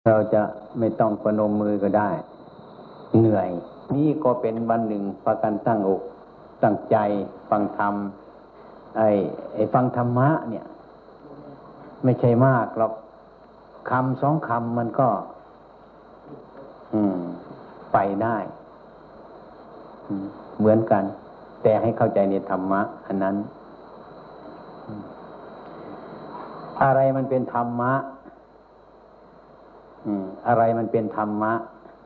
เราจะไม่ต้องประนมมือก็ได้เหนื่อยนี่ก็เป็นวันหนึ่งประกันตั้งอกตั้งใจฟังธรรมไอ้ฟังธรรมะเนี่ยไม่ใช่มากหรอกคำสองคำมันก็ไปได้เหมือนกันแต่ให้เข้าใจในธรรมะอันนั้นอะไรมันเป็นธรรมะอะไรมันเป็นธรรมะ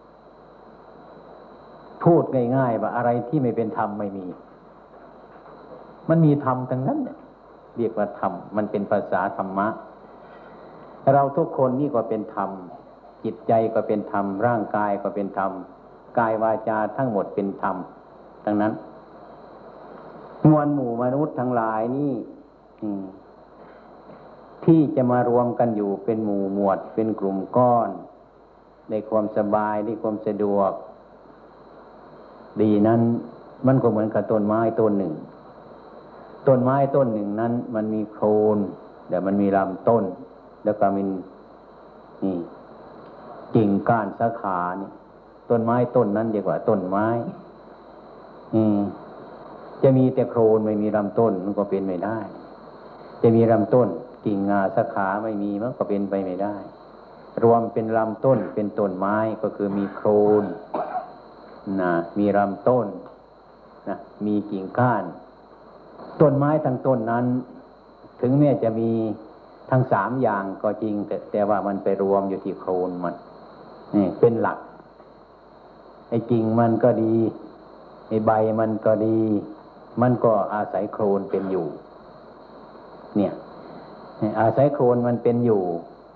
พูดง่ายๆว่าอะไรที่ไม่เป็นธรรมไม่มีมันมีธรรมทั้งนั้นเนี่ยเรียกว่าธรรมมันเป็นภาษาธรรมะเราทุกคนนี่ก็เป็นธรรมจิตใจก็เป็นธรรมร่างกายก็เป็นธรรมกายวาจาทั้งหมดเป็นธรรมทั้งนั้นมวลหมู่มนุษย์ทั้งหลายนี่ที่จะมารวมกันอยู่เป็นหมู่หมวดเป็นกลุ่มก้อนในความสบายในความสะดวกดีนั้นมันก็เหมือนกับต้นไม้ต้นหนึ่งต้นไม้ต้นหนึ่งนั้นมันมีโคนเดี๋ยวมันมีลำต้นแล้วก็มีกิ่งก้านสาขานี่ต้นไม้ต้นนั้นเรียกว่าต้นไม้จะมีแต่โคนไม่มีลำต้นมันก็เป็นไม่ได้จะมีลำต้นกิ่งงาสาขาไม่มีมันก็เป็นไปไม่ได้รวมเป็นลำต้นเป็นต้นไม้ก็คือมีโคนมีลำต้นมีกิ่งก้านต้นไม้ทั้งต้นนั้นถึงแม้จะมีทั้งสามอย่างก็จริงแต่ว่ามันไปรวมอยู่ที่โคนมันนี่เป็นหลักไอ้กิ่งมันก็ดีไอ้ใบมันก็ดีมันก็อาศัยโคนเป็นอยู่เนี่ยอาศัยโคนมันเป็นอยู่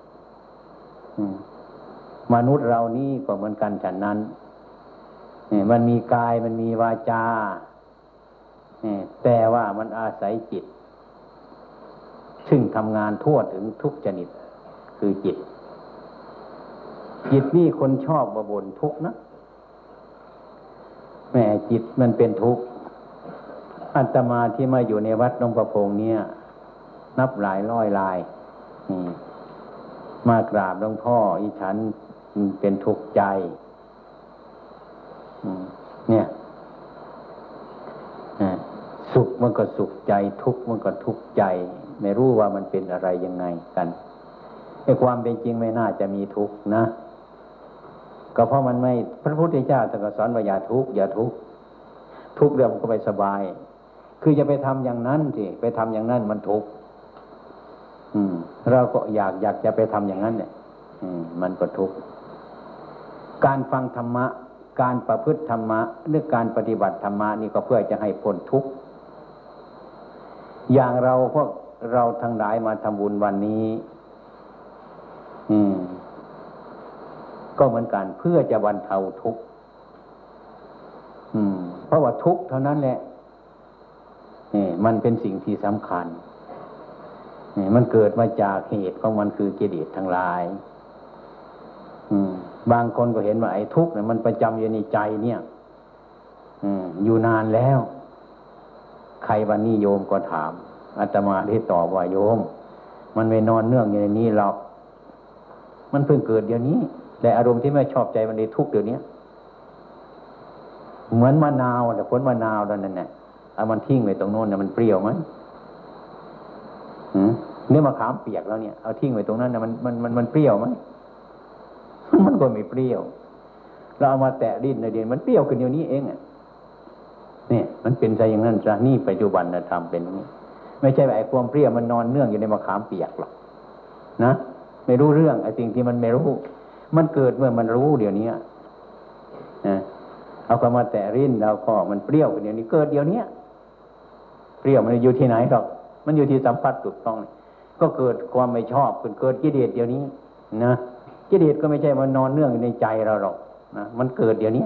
มนุษย์เรานี่ก็เหมือนกันฉะนั้นมันมีกายมันมีวาจาแต่ว่ามันอาศัยจิตซึ่งทำงานทั่วถึงทุกชนิดคือจิตนี่คนชอบบ่นทุกข์นะแม่จิตมันเป็นทุกข์อาตมาที่มาอยู่ในวัดหลวงประพงษ์เนี่ยนับหลายร้อยรายมากราบหลวงพ่ออีฉันเป็นทุกข์ใจเนี่ยสุขมันก็สุขใจทุกข์มันก็ทุกข์ใจไม่รู้ว่ามันเป็นอะไรยังไงกันไอ้ความเป็นจริงไม่น่าจะมีทุกข์นะก็เพราะมันไม่พระพุทธเจ้าตรัสสอนว่าอย่าทุกข์อย่าทุกข์ทุกข์เดี๋ยวมันก็ไปสบายคือจะไปทำอย่างนั้นสิไปทำอย่างนั้นมันทุกข์เราก็อยากจะไปทำอย่างนั้นเนี่ยมันก็ทุกข์การฟังธรรมะการประพฤติธรรมะหรือการปฏิบัติธรรมะนี่ก็เพื่อจะให้พ้นทุกข์อย่างพวกเราทั้งหลายมาทำบุญวันนี้ก็เหมือนกันเพื่อจะบรรเทาทุกข์เพราะว่าทุกข์เท่านั้นแหละมันเป็นสิ่งที่สำคัญมันเกิดมาจากเหตุของมันคือกิเลสทั้งหลายบางคนก็เห็นว่าไอ้ทุกข์เนี่ยมันประจำอยู่ในใจเนี่ยอยู่นานแล้วใครวันนี้โยมก็ถามอาตมาได้ตอบว่าโยมมันไม่นอนเนื่องอยู่ในนี้หรอกมันเพิ่งเกิดเดี๋ยวนี้แต่อารมณ์ที่ไม่ชอบใจมันได้ทุกข์เดี๋ยวนี้เหมือนมะนาวแต่ผลมะนาวนั่นแหละเอามันทิ้งไว้ตรงโน้นเนี่ยมันเปรี้ยวไหมเนื้อมะขามเปียกแล้วเนี่ยเอาทิ้งไว้ตรงนั้นเนี่ยมันเปรี้ยวไหมมันก็ไม่เปรี้ยวเราเอามาแตะลิ้นในเดียนมันเปรี้ยวขึ้นเดี๋ยวนี้เองอ่ะเนี่ยมันเป็นใจอย่างนั้นจ้ะนี่ปัจจุบันธรรมเป็นอย่างนี้ไม่ใช่ว่าไอ้ความเปรี้ยวมันนอนเนื่องอยู่ในมะขามเปียกหรอกนะไม่รู้เรื่องไอ้สิ่งที่มันไม่รู้มันเกิดเมื่อมันรู้เดี๋ยวนี้เอาก็มาแตะลิ้นเราก็มันเปรี้ยวขึ้นเดี๋ยวนี้เกิดเดี๋ยวนี้เปรี้ยวมันอยู่ที่ไหนหรอกมันอยู่ที่สัมผัสถูกต้องก็เกิดความไม่ชอบเกิดกิเลสเดี๋ยวนี้นะกิเลสก็ไม่ใช่มันนอนเนื่องอยู่ในใจเราหรอกนะมันเกิดเดี๋ยวนี้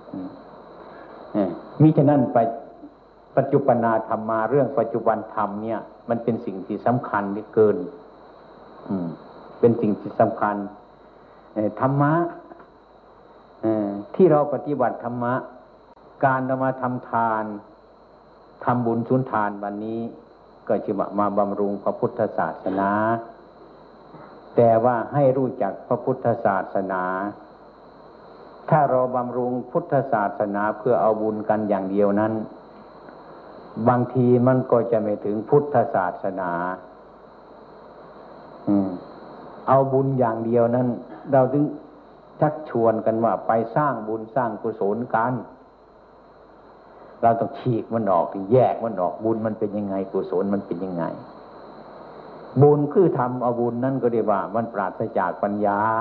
มิฉะนั้นปัจจุบันธรรมมาเรื่องปัจจุบันธรรมเนี่ยมันเป็นสิ่งที่สำคัญเหลือเกินเป็นสิ่งที่สำคัญธรรมะที่เราปฏิบัติธรรมะการเรามาทำทานทำบุญสุนทานวันนี้ก็จะมาบำรุงพระพุทธศาสนาแแต่ว่าให้รู้จักพระพุทธศาสนาถ้าเราบำรุงพุทธศาสนาเพื่อเอาบุญกันอย่างเดียวนั้นบางทีมันก็จะไม่ถึงพุทธศาสนาเอาบุญอย่างเดียวนั้นเราถึงชักชวนกันว่าไปสร้างบุญสร้างกุศลกันเราต้องฉีกมันออกแยกมันออกบุญมันเป็นยังไงกุศลมันเป็นยังไงบุญคือทำเอาบุญนั่นก็เรียกว่ามันปราศจากปัญญา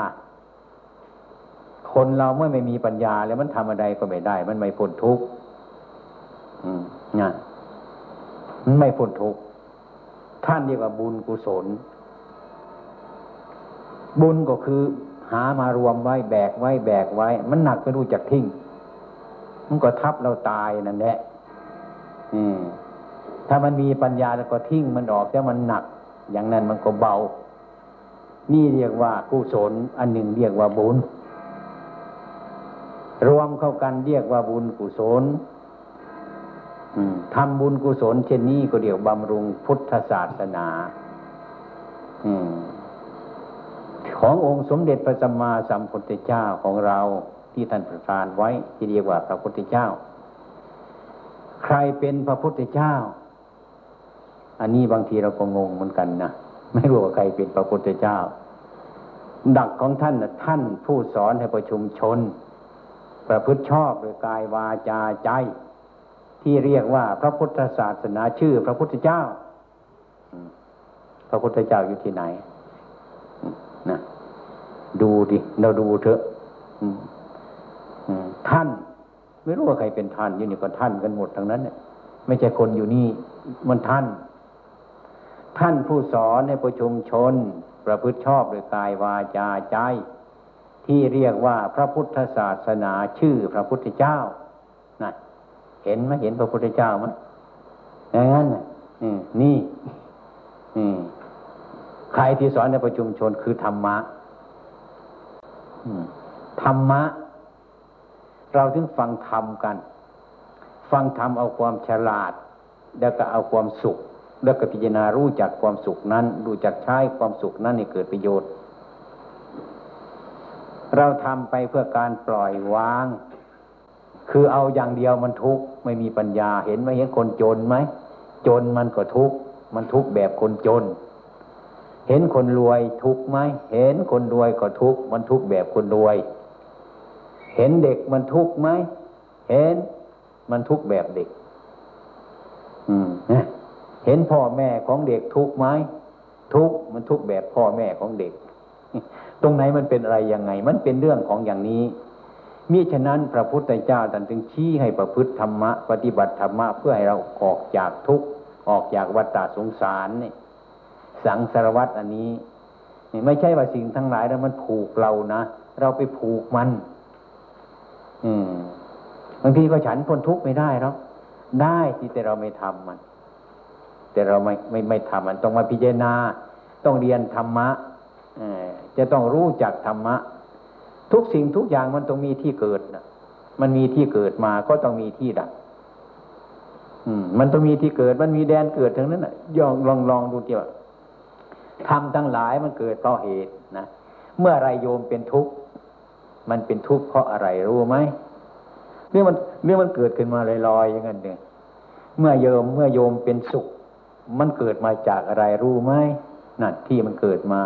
คนเราเมื่อไม่มีปัญญาแล้วมันทำอะไรก็ไม่ได้มันไม่พ้นทุกข์มันไม่พ้นทุกข์ท่านเรียกว่าบุญกุศลบุญก็คือหามารวมไว้แบกไว้มันหนักไม่รู้จักทิ้งมันก็ทับเราตายนั่นแหละถ้ามันมีปัญญาแล้วก็ทิ้งมันออกแต่มันหนักอย่างนั้นมันก็เบานี่เรียกว่ากุศลอันหนึ่งเรียกว่าบุญรวมเข้ากันเรียกว่าบุญกุศลทำบุญกุศลเช่นนี้ก็เรียกบำรุงพุทธศาสนาขององค์สมเด็จพระสัมมาสัมพุทธเจ้าของเราที่ท่านประทานไว้ที่เรียกว่าพระพุทธเจ้าใครเป็นพระพุทธเจ้าอันนี้บางทีเราก็งงเหมือนกันนะไม่รู้ว่าใครเป็นพระพุทธเจ้าดักของท่านนะท่านผู้สอนให้ประชุมชนประพฤติชอบโดยกายวาจาใจที่เรียกว่าพระพุทธศาสนาชื่อพระพุทธเจ้าพระพุทธเจ้าอยู่ที่ไหนนะดูดิเราดูเถอะท่านไม่รู้ว่าใครเป็นท่านอยู่นี่ก็ท่านกันหมดทั้งนั้นเนี่ยไม่ใช่คนอยู่นี่มันท่านผู้สอนให้ประชุมชนประพฤติชอบโดยกายวาจาใจที่เรียกว่าพระพุทธศาสนาชื่อพระพุทธเจ้าน่ะเห็นไหมเห็นพระพุทธเจ้ามั้ยอย่างนั้นน่ะนี่ใครที่สอนในประชุมชนคือธรรมะธรรมะเราถึงฟังธรรมกันฟังธรรมเอาความฉลาดแล้วก็เอาความสุขแล้วก็พิจารณารู้จักความสุขนั้นรู้จักใช้ความสุขนั้นให้เกิดประโยชน์เราทำไปเพื่อการปล่อยวางคือเอาอย่างเดียวมันทุกข์ไม่มีปัญญาเห็นไหมเห็นคนจนไหมจนมันก็ทุกข์มันทุกข์แบบคนจนเห็นคนรวยทุกข์ไหมเห็นคนรวยก็ทุกข์มันทุกข์แบบคนรวยเห็นเด็กมันทุกข์ไหมเห็นมันทุกข์แบบเด็กเห็นพ่อแม่ของเด็กทุกข์ไหมทุกข์มันทุกข์แบบพ่อแม่ของเด็กตรงไหนมันเป็นอะไรยังไงมันเป็นเรื่องของอย่างนี้มิฉะนั้นพระพุทธเจ้าท่านจึงชี้ให้ประพฤติธรรมะปฏิบัติธรรมะเพื่อให้เราออกจากทุกข์ออกจากวัฏสงสารนี่สังสารวัฏอันนี้ไม่ใช่ว่าสิ่งทั้งหลายนั้นมันผูกเรานะเราไปผูกมันบางทีก็ฉันพ้นทุกข์ไม่ได้หรอกได้ที่แต่เราไม่ทำมันแต่เราไม่ทำมันต้องมาพิจารณาต้องเรียนธรรมะจะต้องรู้จักธรรมะทุกสิ่งทุกอย่างมันต้องมีที่เกิดนะมันมีที่เกิดมาก็ต้องมีที่ดับมันต้องมีที่เกิดมันมีแดนเกิดทั้งนั้นน่ะลองดูเกี่ยวธรรมทั้งหลายมันเกิดเพราะเหตุนะเมื่อไรโยมเป็นทุกข์มันเป็นทุกข์เพราะอะไรรู้ไหมเรื่องมันเกิดขึ้นมาลอยๆอย่างนั้นเองเมื่อโยมเป็นสุขมันเกิดมาจากอะไรรู้ไหมนั่นที่มันเกิดมา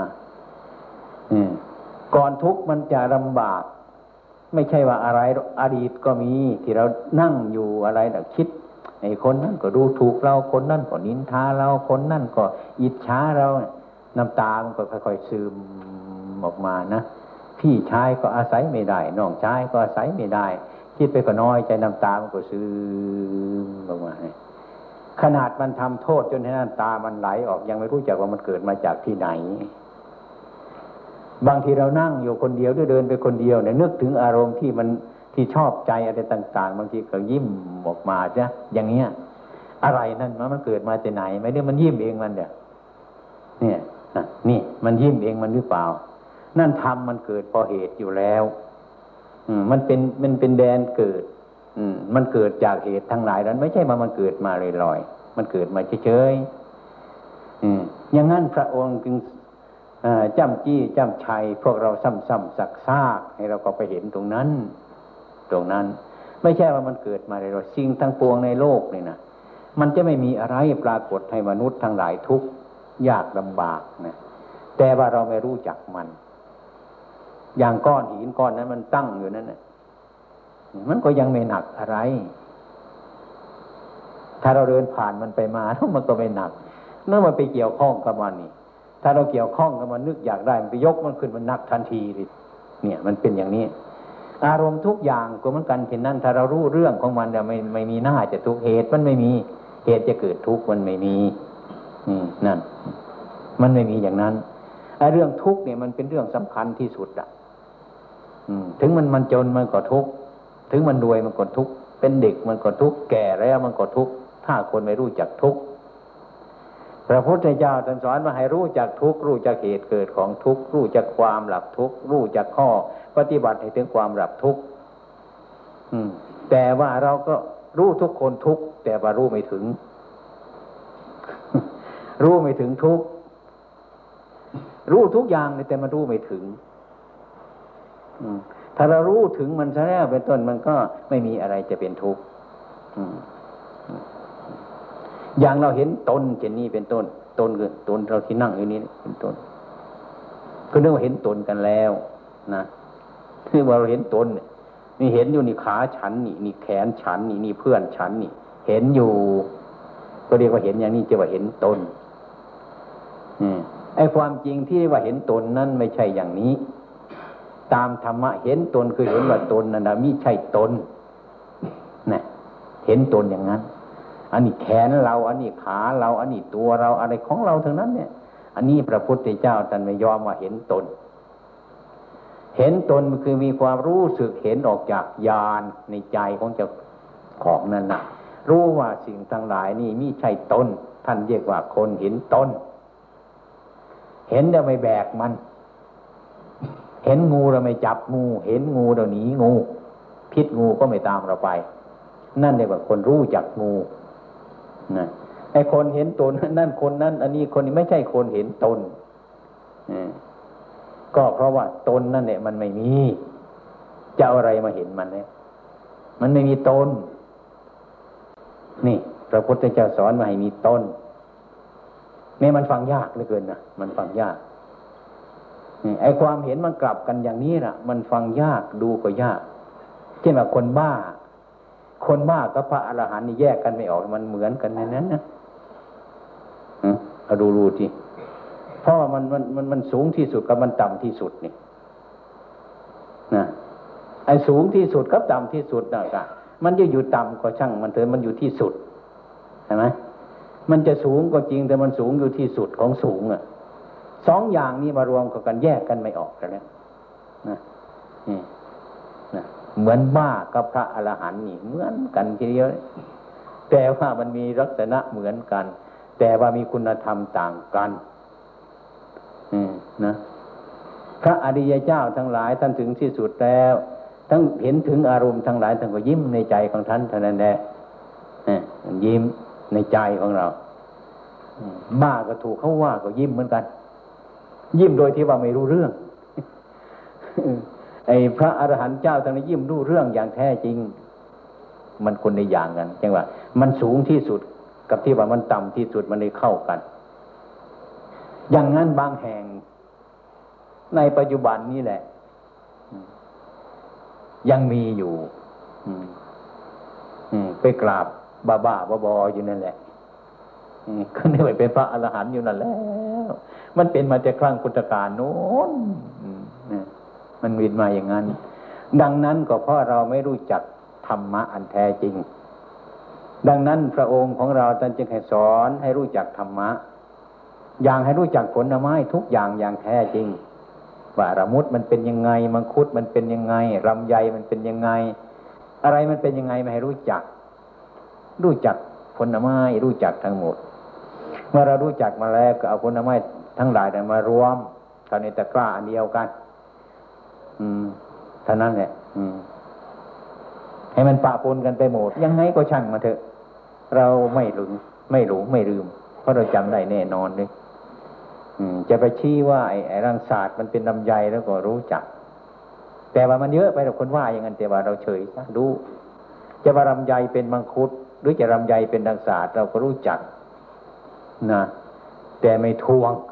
ก่อนทุกข์มันจะลำบากไม่ใช่ว่าอะไรอดีตก็มีที่เรานั่งอยู่อะไรแต่คิดไอ้คนนั้นก็ดูถูกเราคนนั้นก็นินทาเราคนนั้นก็อิจฉาเราน้ำตามันก็ค่อยๆซึมออกมานะพี่ชายก็อาศัยไม่ได้น้องชายก็อาศัยไม่ได้คิดไปก็น้อยใจน้ำตามันก็ซึมออกมาขนาดมันทำโทษจนให้น้ำตามันไหลออกยังไม่รู้จักว่ามันเกิดมาจากที่ไหนบางทีเรานั่งอยู่คนเดียวด้วยเดินไปคนเดียวเนี่ยนึกถึงอารมณ์ที่ชอบใจอะไรต่างๆบางทีก็ยิ้มออกมาจ้ะอย่างเงี้ยอะไรนั่นมันเกิดมาจากไหนไม่ได้มันยิ้มเองมันเนี่ยนี่มันยิ้มเองมันหรือเปล่านั่นธรรมมันเกิดเพราะเหตุอยู่แล้วมันเป็นแดนเกิดมันเกิดจากเหตุทั้งหลายนั้นไม่ใช่มันเกิดมาลอยๆมันเกิดมาเฉยๆอย่างนั้นพระองค์จึงจ้ำจี้จ้ำชัยพวกเราซ้ำๆซากๆให้เราก็ไปเห็นตรงนั้นไม่ใช่ว่ามันเกิดมาในเราสิ่งทั้งปวงในโลกนี่นะมันจะไม่มีอะไรปรากฏให้มนุษย์ทั้งหลายทุกข์ยากลำบากนะแต่ว่าเราไม่รู้จักมันอย่างก้อนหินก้อนนั้นมันตั้งอยู่นั่นนะมันก็ยังไม่หนักอะไรถ้าเราเดินผ่านมันไปมาแล้วมันก็ไม่หนักเนื่องมาไปเกี่ยวข้องกับมันนี่ถ้าเราเกี่ยวข้องกับมันนึกอยากได้มันไปยกมันขึ้นมันหนักทันทีเลยเนี่ยมันเป็นอย่างนี้อารมณ์ทุกอย่างก็เหมือนกันเช่นนั้นถ้าเรารู้เรื่องของมันเนี่ยไม่มีหน้าจะทุกข์เหตุมันไม่มีเหตุจะเกิดทุกข์มันไม่มีนั่นมันไม่มีอย่างนั้นไอ้เรื่องทุกข์เนี่ยมันเป็นเรื่องสำคัญที่สุดอ่ะถึงมันจนมันก็ทุกข์ถึงมันรวยมันก็ทุกข์เป็นเด็กมันก็ทุกข์แก่แล้วมันก็ทุกข์ถ้าคนไม่รู้จักทุกข์พระพุทธเจ้าท่านสอนว่าให้รู้จักทุกข์รู้จักเหตุเกิดของทุกข์รู้จักความดับทุกข์รู้จักข้อปฏิบัติให้ถึงความดับทุกข์แต่ว่าเราก็รู้ทุกคนทุกข์แต่ว่ารู้ไม่ถึง รู้ไม่ถึงทุกข์รู้ทุกอย่างแต่มันรู้ไม่ถึงถ้าเรารู้ถึงมันซะแล้วเป็นต้นมันก็ไม่มีอะไรจะเป็นทุกข์อย่างเราเห็นตนเช่นนี้เป็นต้นตนคือตนเราที่นั่งอยู่นี้เป็นต้นก็เรียกว่าเห็นตนกันแล้วนะคือว่าเราเห็นตนนี่เห็นอยู่นี่ขาฉันนี่แขนฉันนี่เพื่อนฉันนี่เห็นอยู่ก็เรียกว่าเห็นอย่างนี้จะว่าเห็นตนไอ้ความจริงที่ว่าเห็นตนนั้นไม่ใช่อย่างนี้ตามธรรมะเห็นตนคือเห็นว่าตนนั่นนะมิใช่ตนนะเห็นตนอย่างนั้นอันนี้แขนเราอันนี้ขาเราอันนี้ตัวเราอะไรของเราทั้งนั้นเนี่ยอันนี้พระพุทธเจ้าท่านไม่ยอมว่าเห็นตนเห็นตนคือมีความรู้สึกเห็นออกจากญาณในใจของเจ้าของนั่นนะรู้ว่าสิ่งทั้งหลายนี่มิใช่ตนท่านเรียกว่าคนเห็นตนเห็นแล้วไม่แบกมันเห็นงูเราไม่จับงูเห็นงูเราหนีงูพิษงูก็ไม่ตามเราไปนั่นเรียกว่าคนรู้จักงูนะไอ้คนเห็นตนนั่นคนนั้นอันนี้คนนี้ไม่ใช่คนเห็นตนก็เพราะว่าตนนั่นเนี่ยมันไม่มีจะเอาอะไรมาเห็นมันเนี่ยมันไม่มีตนนี่พระพุทธเจ้าสอนมาให้มีตนแม้มันฟังยากเหลือเกินนะมันฟังยากไอ้ความเห็นมันกลับกันอย่างนี้น่ะมันฟังยากดูก็ยากเช่นว่าคนบ้ากับพระอรหันต์นี่แยกกันไม่ออกมันเหมือนกันในนั้นนะเอาดูทีเพราะว่ามันสูงที่สุดกับมันต่ำที่สุดนี่นะไอ้สูงที่สุดกับต่ำที่สุดน่ะก็มันจะอยู่ต่ำก็ช่างมันเถอะมันอยู่ที่สุดใช่ไหมมันจะสูงก็จริงแต่มันสูงอยู่ที่สุดของสูงอ่ะสองอย่างนี้มารวมกันแยกกันไม่ออกกันแล้วนะเหมือนบ้ากับพระอรหันต์นี่เหมือนกันทีเดียวแต่ว่ามันมีลักษณะเหมือนกันแต่ว่ามีคุณธรรมต่างกันนะพระอริยเจ้าทั้งหลายท่านถึงที่สุดแล้วทั้งเห็นถึงอารมณ์ทั้งหลายท่านก็ยิ้มในใจของท่านเท่านั้นแหละยิ้มในใจของเราบ้าก็ถูกเขาว่าก็ยิ้มเหมือนกันยิ้มโดยที่ว่าไม่รู้เรื่องไอ้พระอรหันต์เจ้าทั้งนั้นยิ้มรู้เรื่องอย่างแท้จริงมันคนในอย่างกันจังว่ามันสูงที่สุดกับที่ว่ามันต่ำที่สุดมันได้เข้ากันอย่างนั้นบางแห่งในปัจจุบันนี้แหละยังมีอยู่ไปกราบบ้าๆบอๆอยู่นั่นแหละก็นี่ไว้เป็นพระอรหันต์อยู่นั่นแล้วมันเป็นมาจากครั้งพุทธกาลโน้นมันวินมาอย่างนั้นดังนั้นก็เพราะเราไม่รู้จักธรรมะอันแท้จริงดังนั้นพระองค์ของเราท่านจึงให้สอนให้รู้จักธรรมะอย่างให้รู้จักผลไม้ทุกอย่างอย่างแท้จริงว่าละมุดมันเป็นยังไงมังคุดมันเป็นยังไงลำไยมันเป็นยังไงอะไรมันเป็นยังไงไม่ให้รู้จักผลไม้รู้จักทั้งหมดเมื่อเรารู้จักมาแล้วก็เอาผลไม้ทั้งหลายนั้นมารวมเข้าในตะกร้าอันเดียวกันเท่านั้นแหละให้มันปะปนกันไปหมดยังไงก็ช่างมาเถอะเราไม่หลงไม่ลืมเพราะเราจำได้แน่นอนเลยจะไปชี้ว่าไอ้รังศาสตร์มันเป็นลำไยแล้วก็รู้จักแต่ว่ามันเยอะไปแต่คนว่าอย่างนั้นแต่ว่าเราเฉยนะดูจะว่าลำไยเป็นมังคุดหรือจะลำไยเป็นรังศาสตร์เราก็รู้จักนะแต่ไม่ทวง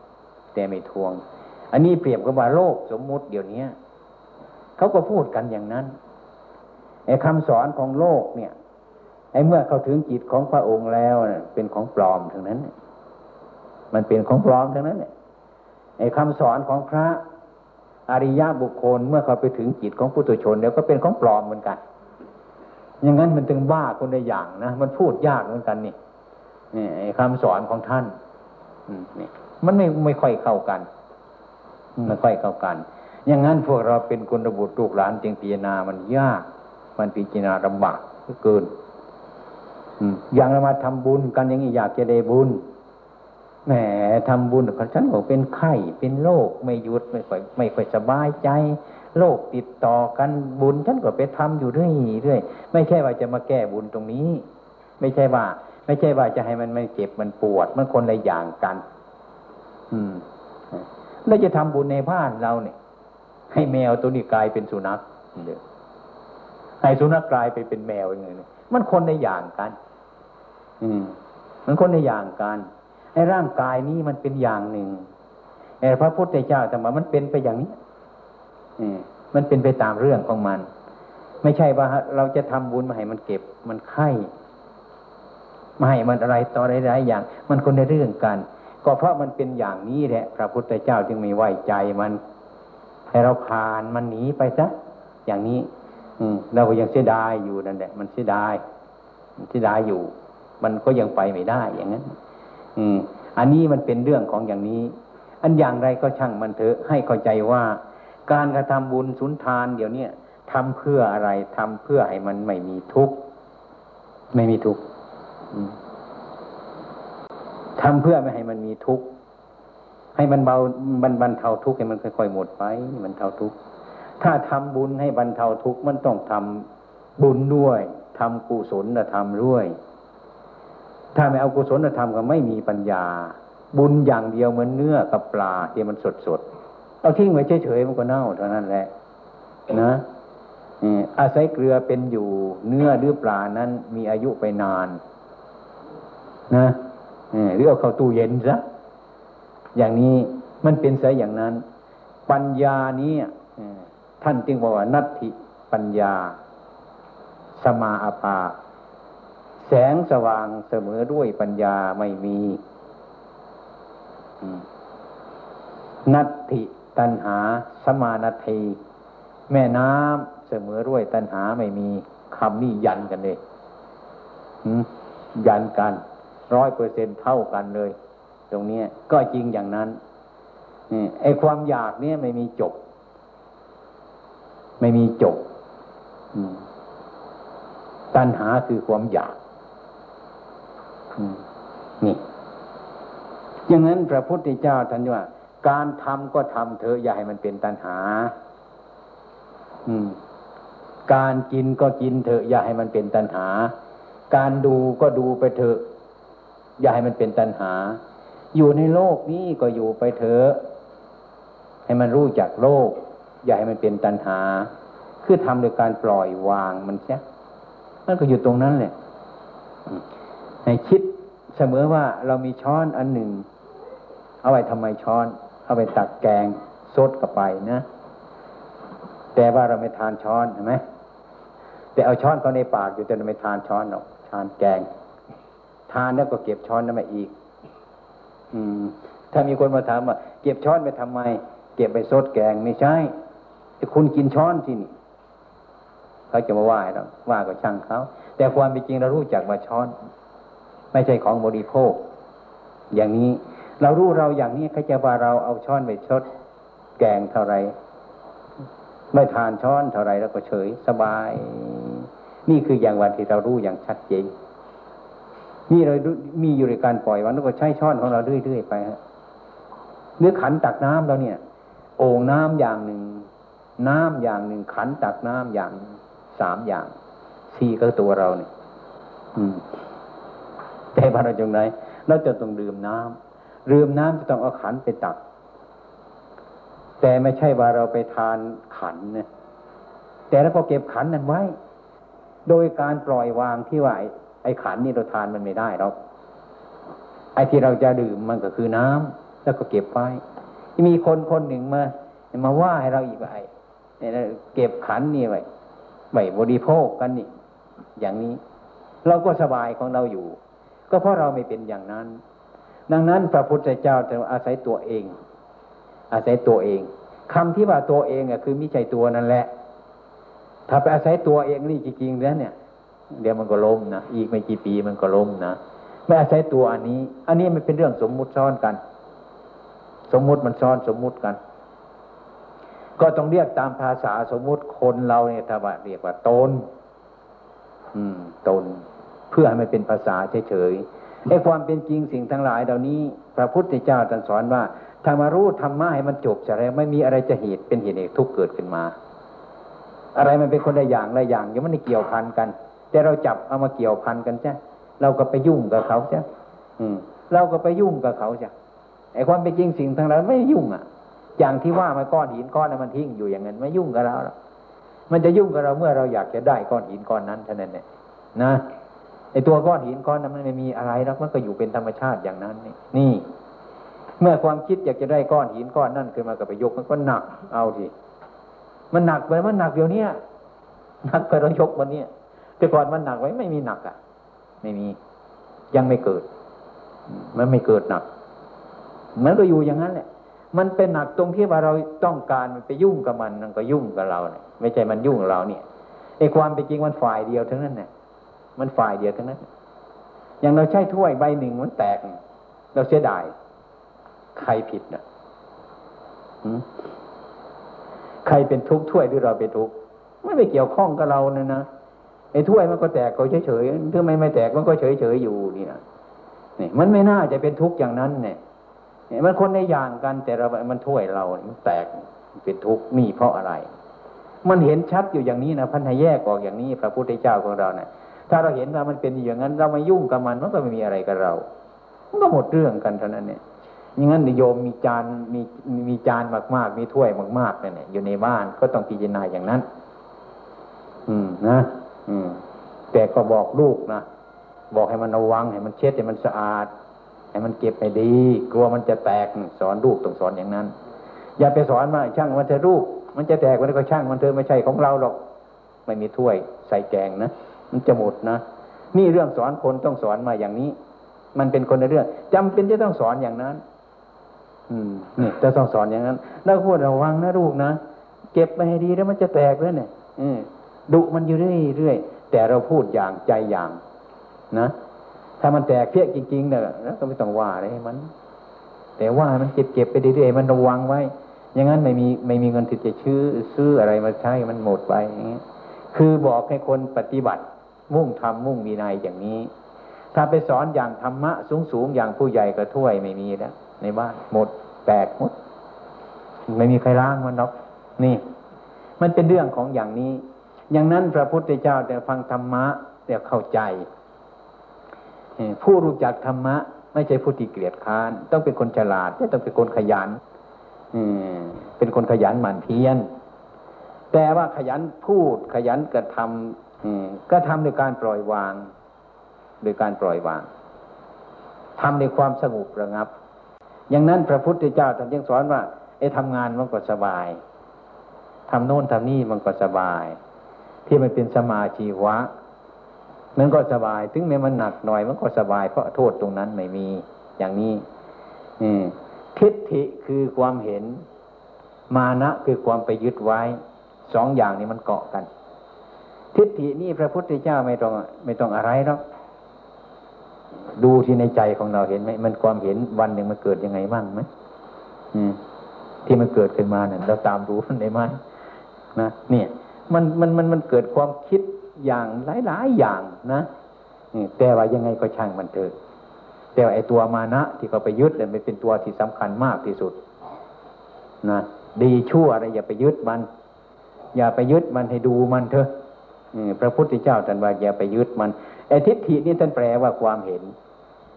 อันนี้เปรียบกับว่าโลกสมมุติเดี๋ยวนี้เขาก็พูดกันอย่างนั้นไอ้คำสอนของโลกเนี่ยไอ้เมื่อเขาถึงจิตของพระองค์แล้วเป็นของปลอมทั้งนั้นมันเป็นของปลอมทั้งนั้นไอ้คำสอนของพระอริยบุคคลเมื่อเขาไปถึงจิตของปุถุชนแล้วก็เป็นของปลอมเหมือนกันอย่างนั้นมันถึงบ้าคนละอย่างนะมันพูดยากเหมือนกันนี่ไอ้คำสอนของท่านนี่มันไม่ค่อยเข้ากันอย่างนั้นพวกเราเป็นคนบุตรลูกหลานจึงพิจารณามันยากมันพิจารณาลำบากเกินอย่างเรามาทำบุญกันอย่างนี้อยากจะได้บุญแหมทำบุญของฉันบอกเป็นไข้เป็นโรคไม่หยุดไม่ค่อยสบายใจโรคติดต่อกันบุญฉันก็ไปทำอยู่เรื่อยไม่ใช่ว่าจะมาแก้บุญตรงนี้ไม่ใช่ว่าจะให้มันไม่เจ็บมันปวดมันคนละอย่างกันเราจะทำบุญในบ้านเราเนี่ยให้แมวตัวนี้กลายเป็นสุนัขให้สุนัขกลายไปเป็นแมวอย่างนี้มันคนละอย่างกันมันคนละอย่างกันไอ้ร่างกายนี้มันเป็นอย่างหนึ่งไอ้พระพุทธเจ้าแต่มันเป็นไปอย่างนี้มันเป็นไปตามเรื่องของมันไม่ใช่ว่าเราจะทำบุญมาให้มันเก็บมันไข้มาให้มันอะไรต่อหลายๆอย่างมันคนละเรื่องกันก็เพราะมันเป็นอย่างนี้แหละพระพุทธเจ้าจึงไม่ไว้ใจมันให้เราผ่านมันหนีไปซะอย่างนี้เราก็ยังเสียดายอยู่นั่นแหละมันเสียดายอยู่มันก็ยังไปไม่ได้อย่างนั้นอันนี้มันเป็นเรื่องของอย่างนี้อันอย่างไรก็ช่างมันเถอะให้เข้าใจว่าการกระทำบุญสุนทานเดี๋ยวนี้ทำเพื่ออะไรทำเพื่อให้มันไม่มีทุกข์ทำเพื่อไม่ให้มันมีทุกข์ให้มันเบามันบรรเทาทุกข์ให้มันค่อยๆหมดไปบรรเทาทุกข์ถ้าทำบุญให้บรรเทาทุกข์มันต้องทำบุญด้วยทำกุศลธรรมด้วยถ้าไม่เอากุศลธรรมก็ไม่มีปัญญาบุญอย่างเดียวเหมือนเนื้อกับปลาที่มันสดๆเอาทิ้งไว้เฉยๆมันก็เน่าเท่านั้นแหละนะอาศัยเกลือเป็นอยู่เนื้อหรือปลานั้นมีอายุไปนานนะหรือเอาเข้าตู้เย็นซะอย่างนี้มันเป็นซะอย่างนั้นปัญญานี้ท่านจึงบอกว่านัตถิปัญญาสมาอภาแสงสว่างเสมอด้วยปัญญาไม่มีนัตถิตัณหาสมานัตถิแม่น้ำเสมอด้วยตัณหาไม่มีคำนี้ยันกันเลยยันกัน 100% เท่ากันเลยตรงนี้ก็จริงอย่างนั้นไอ้ความอยากเนี่ยไม่มีจบตัณหาคือความอยากนี่อย่างนั้นพระพุทธเจ้าท่านว่าการทำก็ทำเถอะอย่าให้มันเป็นตัณหาการกินก็กินเถอะอย่าให้มันเป็นตัณหาการดูก็ดูไปเถอะอย่าให้มันเป็นตัณหาอยู่ในโลกนี้ก็อยู่ไปเถอะให้มันรู้จักโลกอย่าให้มันเป็นตัณหาคือทำโดยการปล่อยวางมันเสียมันก็อยู่ตรงนั้นแหละให้คิดเสมอว่าเรามีช้อนอันหนึ่งเอาไว้ทำไมช้อนเอาไปตักแกงซดเข้าไปนะแต่ว่าเราไม่ทานช้อนเห็นไหมแต่เอาช้อนเข้าในปากอยู่แต่เราไม่ทานช้อนหรอกทานแกงทานแล้วก็เก็บช้อนนั้นมาอีกถ้ามีคนมาถามว่าเก็บช้อนไปทำไมเก็บไปซดแกงไม่ใช่แต่คุณกินช้อนที่นี่เขาจะมาว่าเราว่าก็ช่างเขาแต่ความเป็นจริงเรารู้จักว่าช้อนไม่ใช่ของบริโภคอย่างนี้เรารู้เราอย่างนี้เขาจะว่าเราเอาช้อนไปซดแกงเท่าไรไม่ทานช้อนเท่าไรแล้วก็เฉยสบายนี่คืออย่างวันที่เรารู้อย่างชัดเจนนี่เรามีอยู่ในการปล่อยวันแล้วก็ใช้ช้อนของเราเรื่อยๆไปฮะเนื้อขันตักน้ำเราเนี่ยโอ่งน้ำอย่างหนึ่งน้ำอย่างหนึ่งขันตักน้ำอย่าง3อย่าง4ก็ตัวเราเนี่ยแต่ว่าเราจงไหนเราจะต้องดื่มน้ดื่มน้ำจะต้องเอาขันไปตักแต่ไม่ใช่ว่าเราไปทานขันนะแต่แล้วพอเก็บขันนั้นไว้โดยการปล่อยวางที่ว่าไอ้ขันนี่เราทานมันไม่ได้หรอกไอ้ที่เราจะดื่มมันก็คือน้ำแล้วก็เก็บไว้มีคนคนหนึ่งมาว่าให้เราอีกว่าไอ้เก็บขันนี่ไว้บริโภคกันนี่อย่างนี้เราก็สบายของเราอยู่ก็เพราะเราไม่เป็นอย่างนั้นดังนั้นพระพุทธเจ้าจะอาศัยตัวเองอาศัยตัวเองคำที่ว่าตัวเองคือมิใช่ตัวนั่นแหละถ้าไปอาศัยตัวเองนี่จริงๆแล้วเนี่ยเดี๋ยวมันก็ล้มนะอีกไม่กี่ปีมันก็ล้มนะไม่อาศัยตัวอันนี้มันเป็นเรื่องสมมุติซ้อนกันสมมุติมันซ้อนสมมุติกันก็ต้องเรียกตามภาษาสมมุติคนเราเนี่ยถ้าว่าเรียกว่าตนตนเพื่อให้มันเป็นภาษาเฉยๆไอ้ความเป็นจริงสิ่งทั้งหลายเหล่านี้พระพุทธเจ้าตรัสสอนว่าถ้ามารู้ธรรมะให้มันจบจะแล้วไม่มีอะไรจะเหตุเป็นเหตุให้ทุกข์เกิดขึ้นมาอะไรมันเป็นคนละอย่างละอย่างยังไม่ได้เกี่ยวพันกันแต่เราจับเอามาเกี่ยวพันกันใช่เราก็ไปยุ่งกับเขาใช่เราก็ไปยุ่งกับเขาใช่ไอ้ความเป็นจริงสิ่งทั้งหลายไม่ยุ่งอย่างที่ว่ามันก้อนหินก้อนนั้นมันทิ้งอยู่อย่างนั้นไม่ยุ่งกับเราหรอกมันจะยุ่งกับเราเมื่อเราอยากจะได้ก้อนหินก้อนนั้นเท่านั้นแหละนะไอ้ตัวก้อนหินก้อนนั้นมันไม่มีอะไรหรอกมันก็อยู่เป็นธรรมชาติอย่างนั้นนี่เมื่อความคิดอยากจะได้ก้อนหินก้อนนั่นขึ้นมาก็ไปยกมันก็หนักเอาสิมันหนักไปมันหนักเดี๋ยวนี้หนักไปเรายกวันนี้แต่ก่อนมันหนักไว้ไม่มีหนักไม่มียังไม่เกิดมันไม่เกิดหนักมันก็อยู่อย่างนั้นแหละมันเป็นหนักตรงที่ว่าเราต้องการมันไปยุ่งกับมันก็ยุ่งกับเราเนี่ยไม่ใช่มันยุ่งกับเราเนี่ยไอ้ความเป็นจริงมันฝ่ายเดียวทั้งนั้นเนี่ยมันฝ่ายเดียวทั้งนั้นอย่างเราใช้ถ้วยใบหนึ่งมันแตกเราเสียดายใครผิดนะใครเป็นทุกข์ถ้วยหรือเราเป็นทุกข์ไม่ไปเกี่ยวข้องกับเราเนี่ยนะไอ้ถ้วยมันก็แตกก็เฉยๆถ้าไม่แตกมันก็เฉยๆอยู่นี่นะนี่มันไม่น่าจะเป็นทุกข์อย่างนั้นเนี่ยมันคนในอย่างกันแต่เรามันถ้วยเรามันแตกเป็นทุกข์นี่เพราะอะไรมันเห็นชัดอยู่อย่างนี้นะพันธะแยกออกอย่างนี้พระพุทธเจ้าของเราเนี่ยถ้าเราเห็นว่ามันเป็นอย่างนั้นเราไม่ยุ่งกับมันก็ไม่มีอะไรกับเรามันก็หมดเรื่องกันเท่านั้นเนี่ยอย่างนั้นโยมมีจานมากๆมีถ้วยมากๆเนี่ยอยู่ในบ้านก็ต้องพิจารณาอย่างนั้นนะแต่ก็บอกลูกนะบอกให้มันระวังให้มันเช็ดให้มันสะอาดให้มันเก็บให้ดีกลัวมันจะแตกสอนลูกต้องสอนอย่างนั้นอย่าไปสอนมาช่างมันจะลูกมันจะแตกมันก็ช่างมันเถอะไม่ใช่ของเราหรอกไม่มีถ้วยใส่แกงนะมันจะหมดนะนี่เรื่องสอนคนต้องสอนมาอย่างนี้มันเป็นคนในเรื่องจำเป็นจะต้องสอนอย่างนั้นนี่จะต้องสอนอย่างนั้นแล้วพูดระวังนะลูกนะเก็บไปให้ดีแล้วมันจะแตกแล้วเนี่ยดุมันอยู่เรื่อยๆแต่เราพูดอย่างใจอย่างนะถ้ามันแตกเพี้ยจริงๆเนี่ยแล้วก็ไม่ต้องว่าอะไรมันแต่ว่ามันเก็บไปเรื่อยๆมันระวังไว้อย่างนั้นไม่มีเงินที่จะซื้ออะไรมาใช้มันหมดไปอย่างนี้คือบอกให้คนปฏิบัติมุ่งทำมุ่งวินัยอย่างนี้ถ้าไปสอนอย่างธรรมะสูงอย่างผู้ใหญ่ก็ถ้วยไม่มีแล้วในบ้านหมดแตกหมดไม่มีใครล้างมันหรอกนี่มันเป็นเรื่องของอย่างนี้อย่างนั้นพระพุทธเจ้าแต่ฟังธรรมะแต่เข้าใจผู้รู้จักธรรมะไม่ใช่ผู้ที่เกลียดค้านต้องเป็นคนฉลาดต้องเป็นคนขยันเป็นคนขยันหมั่นเพียรแต่ว่าขยันพูดขยันกระทำก็ทำโดยการปล่อยวางโดยการปล่อยวางทำในความสงบระงับอย่างนั้นพระพุทธเจ้าท่านยังสอนว่าทำงานมันก็สบายทำโน่นทำนี่มันก็สบายที่มันเป็นสมาชีวะมันก็สบายถึงแม้มันหนักหน่อยมันก็สบายเพราะโทษตรงนั้นไม่มีอย่างนี้ทิฏฐิคือความเห็นมานะคือความไปยึดไว้สองอย่างนี้มันเกาะกันทิฏฐินี่พระพุทธเจ้าไม่ต้องอะไรหรอกดูที่ในใจของเราเห็นไหมมันความเห็นวันหนึ่งมันเกิดยังไงบ้างไหมที่มันเกิดขึ้นมาเนี่ยเราตามรู้มันได้ไหมนะเนี่ยมันเกิดความคิดอย่างหลายอย่างนะแต่ว่ายังไงก็ช่างมันเถอะแต่ว่าไอ้ตัวมานะที่เขาไปยึดเนี่ยมันเป็นตัวที่สำคัญมากที่สุดนะดีชั่วอะไรอย่าไปยึดมันอย่าไปยึดมันให้ดูมันเถอะพระพุทธเจ้าตรัสว่าอย่าไปยึดมันไอ้ทิฏฐินี่ท่านแปลว่าความเห็น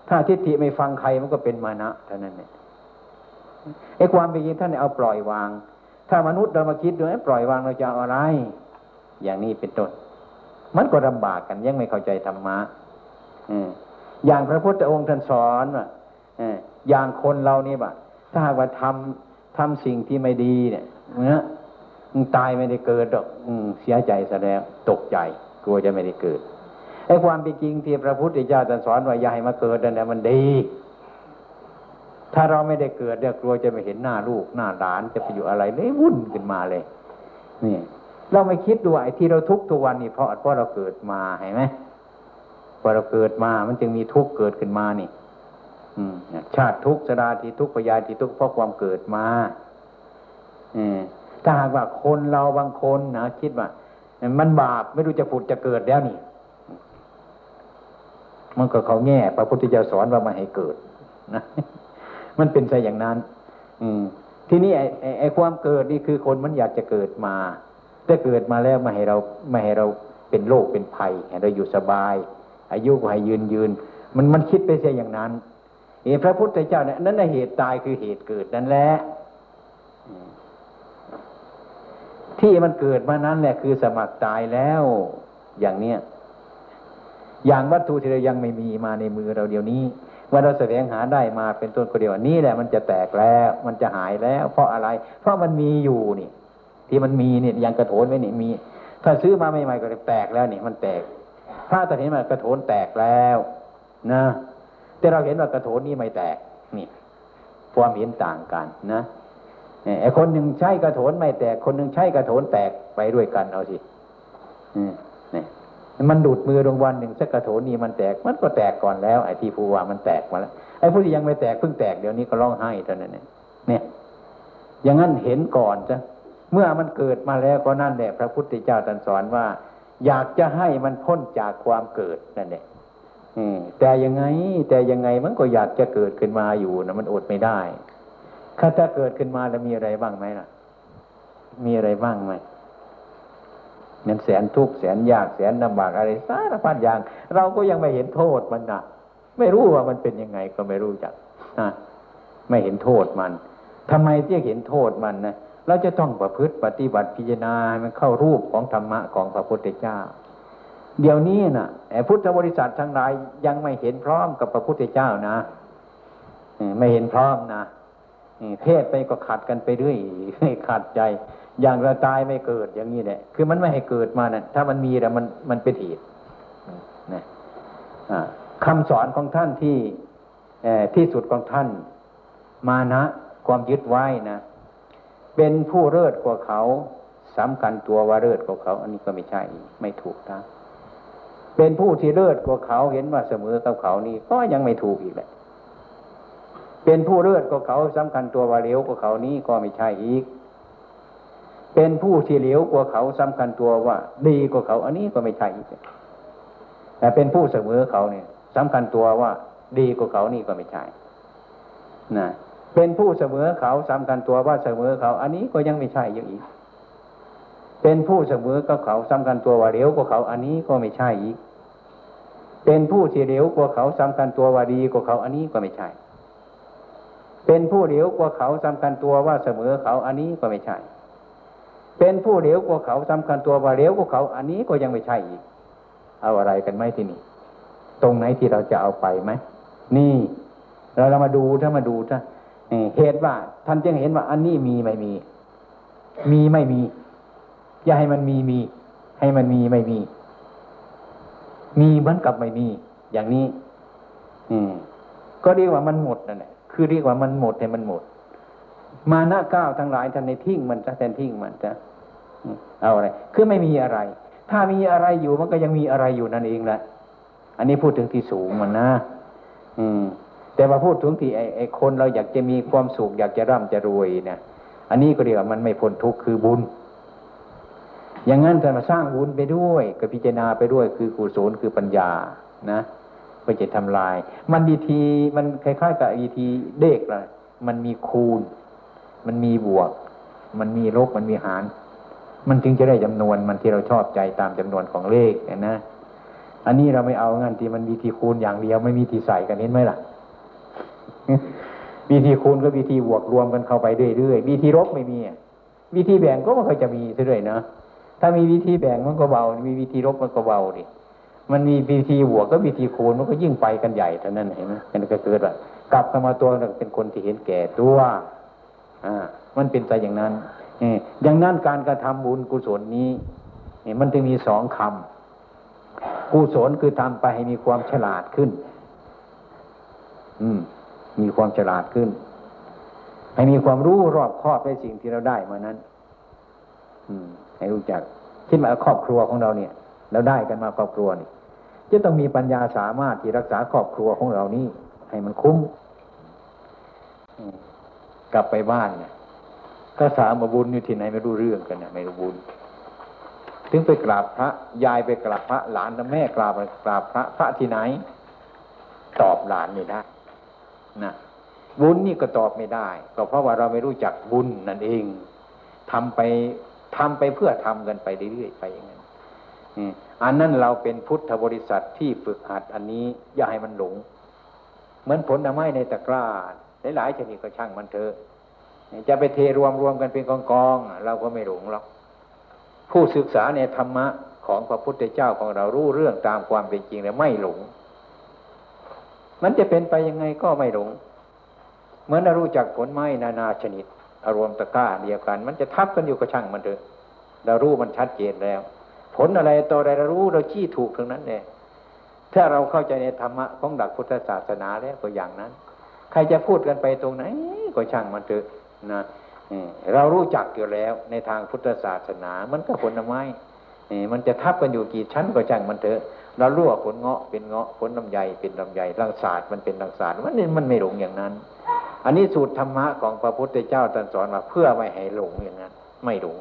ถ้าทิฏฐิไม่ฟังใครมันก็เป็นมานะเท่านั้นเนี่ยไอ้ความเป็นจริงท่านเอาปล่อยวางถ้ามนุษย์เรามาคิดดูปล่อยวางเราจะเอาอะไรอย่างนี้เป็นต้นมันก็ลำบากกันยังไม่เข้าใจธรรมะอย่างพระพุทธองค์ท่านสอนว่าอย่างคนเรานี่บ่ถ้าหากว่าทำสิ่งที่ไม่ดีเนี่ยตายไม่ได้เกิดหรอกเสียใจซะแล้วตกใจกลัวจะไม่ได้เกิดไอ้ความเป็นจริงที่พระพุทธเจ้าท่านสอนว่าอย่าให้มาเกิดนั่นแหละมันดีถ้าเราไม่ได้เกิดเนี่ยกลัวจะไม่เห็นหน้าลูกหน้าหลานจะไปอยู่อะไรเลยวุ่นขึ้นมาเลยนี่เราไม่คิดดูไอ้ที่เราทุกข์ทุกวันนี่เพราะเราเกิดมาเห็นไหมพอเราเกิดมามันจึงมีทุกข์เกิดขึ้นมานี่ชาติทุกข์ชราที่ทุกข์พยาธิทุกข์เพราะความเกิดมาถ้าหากว่าคนเราบางคนนะคิดว่ามันบาปไม่รู้จะผุดจะเกิดแล้วนี่มันก็เขาแง่พระพุทธเจ้าสอนว่าไม่ให้เกิดนะมันเป็นซะอย่างนั้นทีนี้ไอ้ความเกิดนี่คือคนมันอยากจะเกิดมาแต่เกิดมาแล้วไม่ให้เราเป็นโรคเป็นภัยให้เราอยู่สบายอายุก็ให้ยืนมันคิดไปซะอย่างนั้นพระพุทธเจ้าเนี่ยนั่นแหละเหตุตายคือเหตุเกิดนั่นแหละที่มันเกิดมานั้นแหละคือสมัครตายแล้วอย่างเนี้ยอย่างวัตถุที่เรายังไม่มีมาในมือเราเดี๋ยวนี้ว่าเราแสวงหาได้มาเป็นต้นก็เดียวนี้แหละมันจะแตกแล้วมันจะหายแล้วเพราะอะไรเพราะมันมีอยู่นี่ที่มันมีเนี่ยยังกระโถนไว้นี่มีถ้าซื้อมาใหม่ๆก็แตกแล้วนี่มันแตกถ้าตอนนี้มันกระโถนแตกแล้วนะแต่เราเห็นว่ากระโถนนี้ไม่แตกนี่ความเห็นต่างกันนะไอ้คนหนึ่งใช้กระโถนไม่แตกคนหนึ่งใช้กระโถนแตกไปด้วยกันเอาสินี่มันดูดมือลงวันหนึ่งสักกระโถนนี้มันแตกมันก็แตกก่อนแล้วไอ้ที่ผู้ว่ามันแตกมาแล้วไอ้ผู้ที่ยังไม่แตกเพิ่งแตกเดี๋ยวนี้ก็ร้องไห้เท่านั้นเนี่ยอย่างนั้นเห็นก่อนจ้ะเมื่อมันเกิดมาแล้วก็นั่นแหละพระพุทธเจ้าตรัสสอนว่าอยากจะให้มันพ้นจากความเกิดนั่นแหละแต่ยังไงมันก็อยากจะเกิดขึ้นมาอยู่นะมันอดไม่ได้ถ้าเกิดขึ้นมาแล้วมีอะไรบ้างไหมล่ะมีอะไรบ้างไหมมันแสนทุกข์แสนยากแสนลำบากอะไรสารพัดอย่างเราก็ยังไม่เห็นโทษมันนะไม่รู้ว่ามันเป็นยังไงก็ไม่รู้จักไม่เห็นโทษมันทำไมที่เห็นโทษมันนะเราจะต้องประพฤติปฏิบัติพิจารณามันเข้ารูปของธรรมะของพระพุทธเจ้าเดี๋ยวนี้นะพุทธบริษัททั้งหลายยังไม่เห็นพร้อมกับพระพุทธเจ้านะไม่เห็นพร้อมนะเทศไปก็ขัดกันไปเรื่อยขัดใจอย่างเราตายไม่เกิดอย่างนี้แหละคือมันไม่ให้เกิดมานะถ้ามันมีแล้วมันเป็นเหตุนะคำสอนของท่านที่สุดของท่านมานะความยึดไว้นะเป็นผู้เลิศกว่าเขาสำคัญตัวว่าเลิศกว่าเขาอันนี้ก็ไม่ใช่ไม่ถูกนะเป็นผู้ที่เลิศกว่าเขาเห็นว่าเสมอกับเขานี่ก็ยังไม่ถูกอีกแหละเป็นผู้เลิศกว่าเขาสำคัญตัวว่าเลวกว่าเขานี้ก็ไม่ใช่อีกเป็นผู้ที่เลวกว่าเขาสำคัญตัวว่าดีกว่าเขาอันนี้ก็ไม่ใช่อีกแต่เป็นผู้เสมอเขาเนี่ยสำคัญตัวว่าดีกว่าเขานี่ก็ไม่ใช่นะเป็นผู้เสมอเขาสำคัญตัวว่าเสมอเขาอันนี้ก็ยังไม่ใช่อีกเป็นผู้เสมอกับเขาสำคัญตัวว่าเลวกว่าเขาอันนี้ก็ไม่ใช่อีกเป็นผู้ที่เลวกว่าเขาสำคัญตัวว่าดีกว่าเขาอันนี้ก็ไม่ใช่เป็นผู้เลวกว่าเขาสำคัญตัวว่าเสมอเขาอันนี้ก็ไม่ใช่เป็นผู้เลวกว่าเขาสำคัญตัวว่าเลวกว่าเขาอันนี้ก็ยังไม่ใช่อีกเอาอะไรกันไหมที่นี่ตรงไหนที่เราจะเอาไปไหมนี่เรามาดูถ้าเหตุว่าท่านจึงเห็นว่าอันนี้มีไม่มีไม่มีอย่าให้มันมีให้มันมีไม่มีเหมือนกับไม่มีอย่างนี้ก็เรียกว่ามันหมดนั่นแหละคือเรียกว่ามันหมดให้มันหมดมานะก้าวทั้งหลายท่านในทิ้งมันจะแทนทิ้งมันจะเอาอะไรคือไม่มีอะไรถ้ามีอะไรอยู่มันก็ยังมีอะไรอยู่นั่นเองแหละอันนี้พูดถึงที่สูงมันนะแต่ว่าพูดถึงที่ไอ้คนเราอยากจะมีความสุขอยากจะร่ำจะรวยเนี่ยอันนี้ก็เรียกว่ามันไม่พ้นทุกข์คือบุญอย่างนั้นท่านมาสร้างบุญไปด้วยกับพิจารณาไปด้วยคือกุศลคือปัญญานะเพื่อจะทำลายมันดีทีมันคล้ายๆกับดีทีเลขเลยมันมีคูณมันมีบวกมันมีลบมันมีหารมันจึงจะได้จำนวนมันที่เราชอบใจตามจำนวนของเลขนะอันนี้เราไม่เอางั้นที่มันวิธีคูณอย่างเดียวไม่มีที่ใส่กันเห็นไหมล่ะ วิธีคูณก็วิธีบวกรวมกันเข้าไปเรื่อยๆวิธีลบไม่มีวิธีแบ่งก็ไม่ค่อยจะมีซะด้วยนะถ้ามีวิธีแบ่งมันก็เบามีวิธีลบมันก็เบาดิมันมีวิธีบวกก็วิธีคูณมันก็ยิ่งไปกันใหญ่เท่านั้นเห็นไหมมันก็เกิดว่ากลับมาตัวเป็นคนที่เห็นแก่ตัวมันเป็นไปอย่างนั้นอย่างนั้นการกระทำบุญกุศลนี้มันจะมีสองคำกุศลคือทำไปให้มีความฉลาดขึ้นมีความฉลาดขึ้นให้มีความรู้รอบคอบในสิ่งที่เราได้มานั้นให้รู้จักคิดมาครอบครัวของเราเนี่ยเราได้กันมาครอบครัวนี่จะต้องมีปัญญาสามารถที่รักษาครอบครัวของเรานี้ให้มันคุ้มกลับไปบ้านเนี่ยก็ถามว่าบุญอยู่ที่ไหนไม่รู้เรื่องกันนะไม่รู้บุญถึงไปกราบพระยายไปกราบพระหลานและแม่กราบพระที่ไหนตอบหลานไม่ได้นะบุญนี่ก็ตอบไม่ได้ก็เพราะว่าเราไม่รู้จักบุญนั่นเองทำไปเพื่อทำกันไปเรื่อยๆไปอย่างนั้นอันนั้นเราเป็นพุทธบริษัทที่ฝึกหัดอันนี้อย่าให้มันหลงเหมือนผลไม้ในตะกร้าหลายๆชนิดก็ช่างมันเถอะจะไปเทรวมกันเป็นกองๆเราก็ไม่หลงหรอกผู้ศึกษาในธรรมะของพระพุทธเจ้าของเรารู้เรื่องตามความเป็นจริงแล้วไม่หลงมันจะเป็นไปยังไงก็ไม่หลงเหมือนเรารู้จักผลไม้นานาชนิดอารมณ์ตะกร้าเดียวกันมันจะทับกันอยู่กับช่างมันเถอะเรารู้มันชัดเจนแล้วผลอะไรต่ออะไรเรารู้เราชี้ถูกทั้งนั้นแหละถ้าเราเข้าใจในธรรมะของหลักพุทธศาสนาแล้วก็อย่างนั้นใครจะพูดกันไปตรงไหนก็ช่างมันเถอะนะเรารู้จักอยู่แล้วในทางพุทธศาสนามันก็ผลไม้มันจะทับกันอยู่กี่ชั้นก็ช่างมันเถอะเรารู้ว่าผลเงาะเป็นเงาะผลลำไยเป็นลำไยรังสาดมันเป็นรังสาดมันไม่หลงอย่างนั้นอันนี้สูตรธรรมะของพระพุทธเจ้าตรัสสอนมาเพื่อไม่ให้หลงอย่างนั้นไม่หลง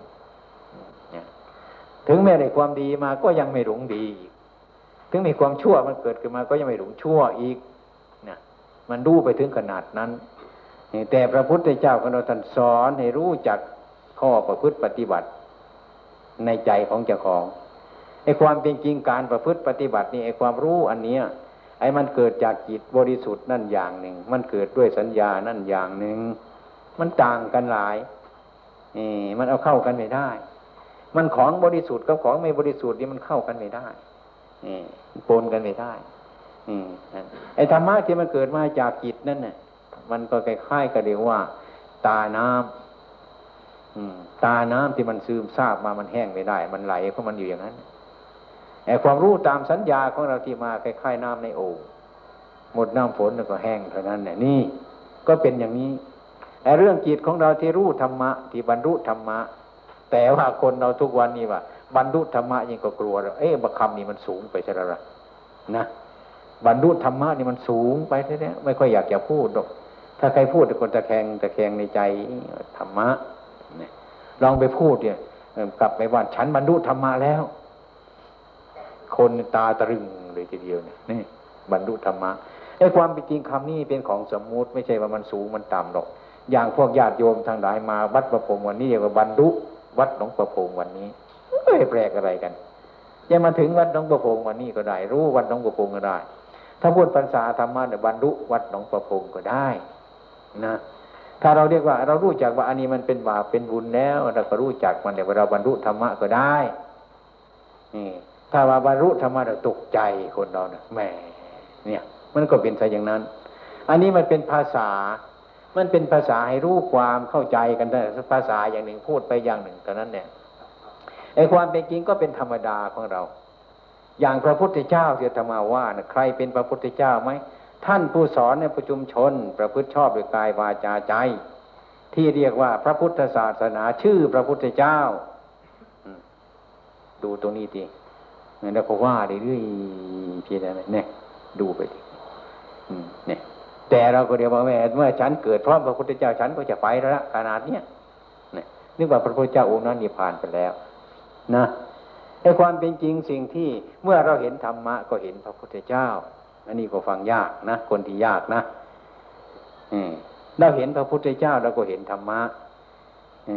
ถึงแม้ได้ความดีมาก็ยังไม่หลงดีถึงมีความชั่วมันเกิดขึ้นมาก็ยังไม่หลงชั่วอีกนะมันรู้ไปถึงขนาดนั้นแต่พระพุทธเจ้าของเราท่านสอนให้รู้จักข้อประพฤติปฏิบัติในใจของเจ้าของไอ้ความเป็นจริงการประพฤติปฏิบัตินี่ไอ้ความรู้อันเนี้ยไอ้มันเกิดจากจิตบริสุทธิ์นั่นอย่างหนึ่งมันเกิดด้วยสัญญานั่นอย่างหนึ่งมันต่างกันหลายมันเอาเข้ากันไม่ได้มันของบริสุทธิ์กับของไม่บริสุทธิ์นี่มันเข้ากันไม่ได้ปนกันไม่ได้ไอ้ธรรมะที่มันเกิดมาจากจิตนั่นน่ะมันก็คล้ายๆกับเรียกว่าตาน้ำที่มันซึมซาบมามันแห้งไม่ได้มันไหลเพราะมันอยู่อย่างนั้นไอ้ความรู้ตามสัญญาของเราที่มาคล้ายๆน้ำในโอ่งหมดน้ำฝนแล้วก็แห้งเท่านั้นเนี่ยนี่ก็เป็นอย่างนี้ไอ้เรื่องจิตของเราที่รู้ธรรมะที่บรรลุธรรมะแต่ว่าคนเราทุกวันนี้ว่าบรรลุธรรมะยิ่งก็กลัวแล้วบักคำนี่มันสูงไปใช่ไหมล่ะนะบรรลุธรรมะนี่มันสูงไปแท้ๆไม่ค่อยอยากจะพูดหรอกถ้าใครพูดแต่คนตะแคงในใจธรรมะเนี่ยลองไปพูดเนี่ยกลับไปว่าฉันบรรลุธรรมะแล้วคนตาตรึงเลยทีเดียวเนี่ยนี่บรรลุธรรมะไอ้ความเป็นจริงคำนี้เป็นของสมมุติไม่ใช่ว่ามันสูงมันต่ำหรอกอย่างพวกญาติโยมทางหลายมาวัดประพงวันนี้เรียกว่าบรรลุวัดหนองประพงวันนี้ไม่แปลกอะไรกันจะมาถึงวัดหนองประพงวันนี้ก็ได้รู้วัดหนองประพงก็ได้ถ้าพูดภาษาธรรมะเนี่ยบรรลุวัดหนองประพงก็ได้นะถ้าเราเรียกว่าเรารู้จักว่าอันนี้มันเป็นบาปเป็นบุญแล้วเราก็รู้จักมันเดี๋ยวเราบรรลุธรรมะก็ได้นี่ถ้าว่าบรรลุธรรมะเราตกใจคนเราเนี่ยแหมเนี่ยมันก็เป็นซะอย่างนั้นอันนี้มันเป็นภาษามันเป็นภาษาให้รู้ความเข้าใจกันได้ภาษาอย่างหนึ่งพูดไปอย่างหนึ่งเท่านั้นเนี่ยไอ้ความเป็นจริงก็เป็นธรรมดาของเราอย่างพระพุทธเจ้าที่ธรรมาว่านะใครเป็นพระพุทธเจ้าไหมท่านผู้สอนในประชุมชนประพฤติชอบด้วยกายวาจาใจที่เรียกว่าพระพุทธศาสนาชื่อพระพุทธเจ้าดูตรงนี้ดิแล้วก็ว่าเรื่อยๆพี่ได้ไหมเนี่ยดูไปดิเนี่ยแต่เราก็เรียกว่าเมื่อฉันเกิดพร้อมพระพุทธเจ้าฉันก็จะไปแล้วขนาดเนี้ยเนี่ยนึกว่าพระพุทธเจ้าองค์นั้นนิพพานไปแล้วนะไอ้ความเป็นจริงสิ่งที่เมื่อเราเห็นธรรมะก็เห็นพระพุทธเจ้าอันนี้ก็ฟังยากนะคนที่ยากนะเราเห็นพระพุทธเจ้าเราก็เห็นธรรมะ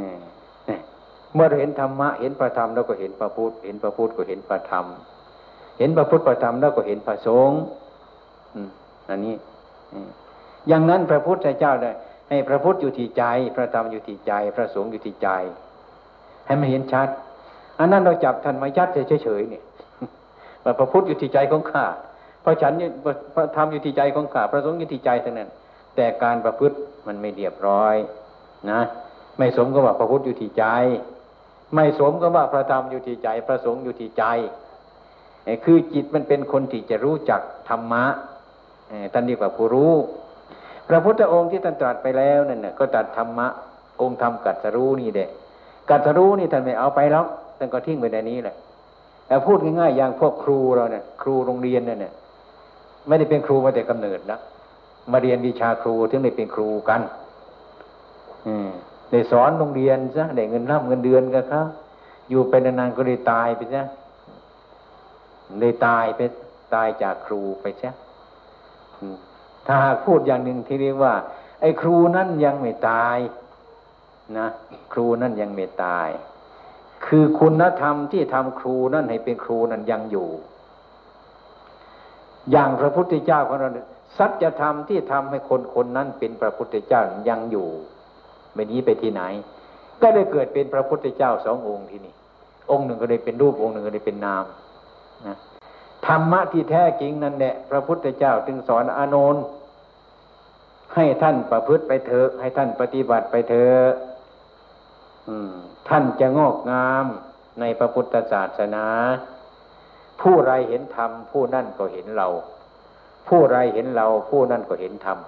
เมื่อเราเห็นธรรมะเห็นพระธรรมเราก็เห็นพระพุทธเห็นพระพุทธก็เห็นพระธรรมเห็นพระพุทธพระธรรมแล้วก็เห็นพระสงฆ์อันนี้อย่างนั้นพระพุทธเจ้าได้ให้พระพุทธอยู่ที่ใจพระธรรมอยู่ที่ใจพระสงฆ์อยู่ที่ใจให้มันเห็นชัดอันนั้นเราจับท่านมายัดเฉยๆเนี่ยว่าพระพุทธอยู่ที่ใจของข้าพระฉันพระธรรมอยู่ที่ใจของข้าพระสงฆ์อยู่ที่ใจทั้งนั้นแต่การประพฤติมันไม่เรียบร้อยนะไม่สมกับว่าพระพุทธอยู่ที่ใจไม่สมกับว่าพระธรรมอยู่ที่ใจพระสงฆ์อยู่ที่ใจคือจิตมันเป็นคนที่จะรู้จักธรรมะท่านเรียกว่าผู้รู้พระพุทธองค์ที่ท่านตรัสไปแล้วนั่นน่ะก็ตรัสธรรมะองค์ธรรมกัสรู้นี่แหละกัสรู้นี่ท่านไม่เอาไปหรอกท่านก็ทิ้งไว้ในนี้แหละแต่พูดง่ายๆอย่างพวกครูเราเนี่ยครูโรงเรียนเนี่ยไม่ได้เป็นครูมาแต่กำเนิดนะมาเรียนวิชาครูถึงได้เป็นครูกันได้สอนโรงเรียนซะได้เงินรับเงินเดือนกันครับอยู่ไปนานๆก็ได้ตายไปซะได้ตายไปตายจากครูไปซะถ้าหากพูดอย่างหนึ่งที่เรียกว่าไอ้ครูนั่นยังไม่ตายนะครูนั่นยังไม่ตายคือคุณธรรมที่ทำครูนั่นให้เป็นครูนั่นยังอยู่อย่างพระพุทธเจ้าของเราสัจธรรมที่ทำให้คนคนนั้นเป็นพระพุทธเจ้ายังอยู่ไม่หนีไปที่ไหนก็ได้เกิดเป็นพระพุทธเจ้าสององค์ที่นี่องค์หนึ่งก็ได้เป็นรูปองค์หนึ่งก็ได้เป็นนามนะธรรมะที่แท้จริงนั่นแหละพระพุทธเจ้าจึงสอนอานนท์ให้ท่านประพฤติไปเถอะให้ท่านปฏิบัติไปเถอะท่านจะงอกงามในพระพุทธศาสนาผู้ใดเห็นธรรมผู้นั่นก็เห็นเราผู้ใดเห็นเราผู้นั่นก็เห็นธรรม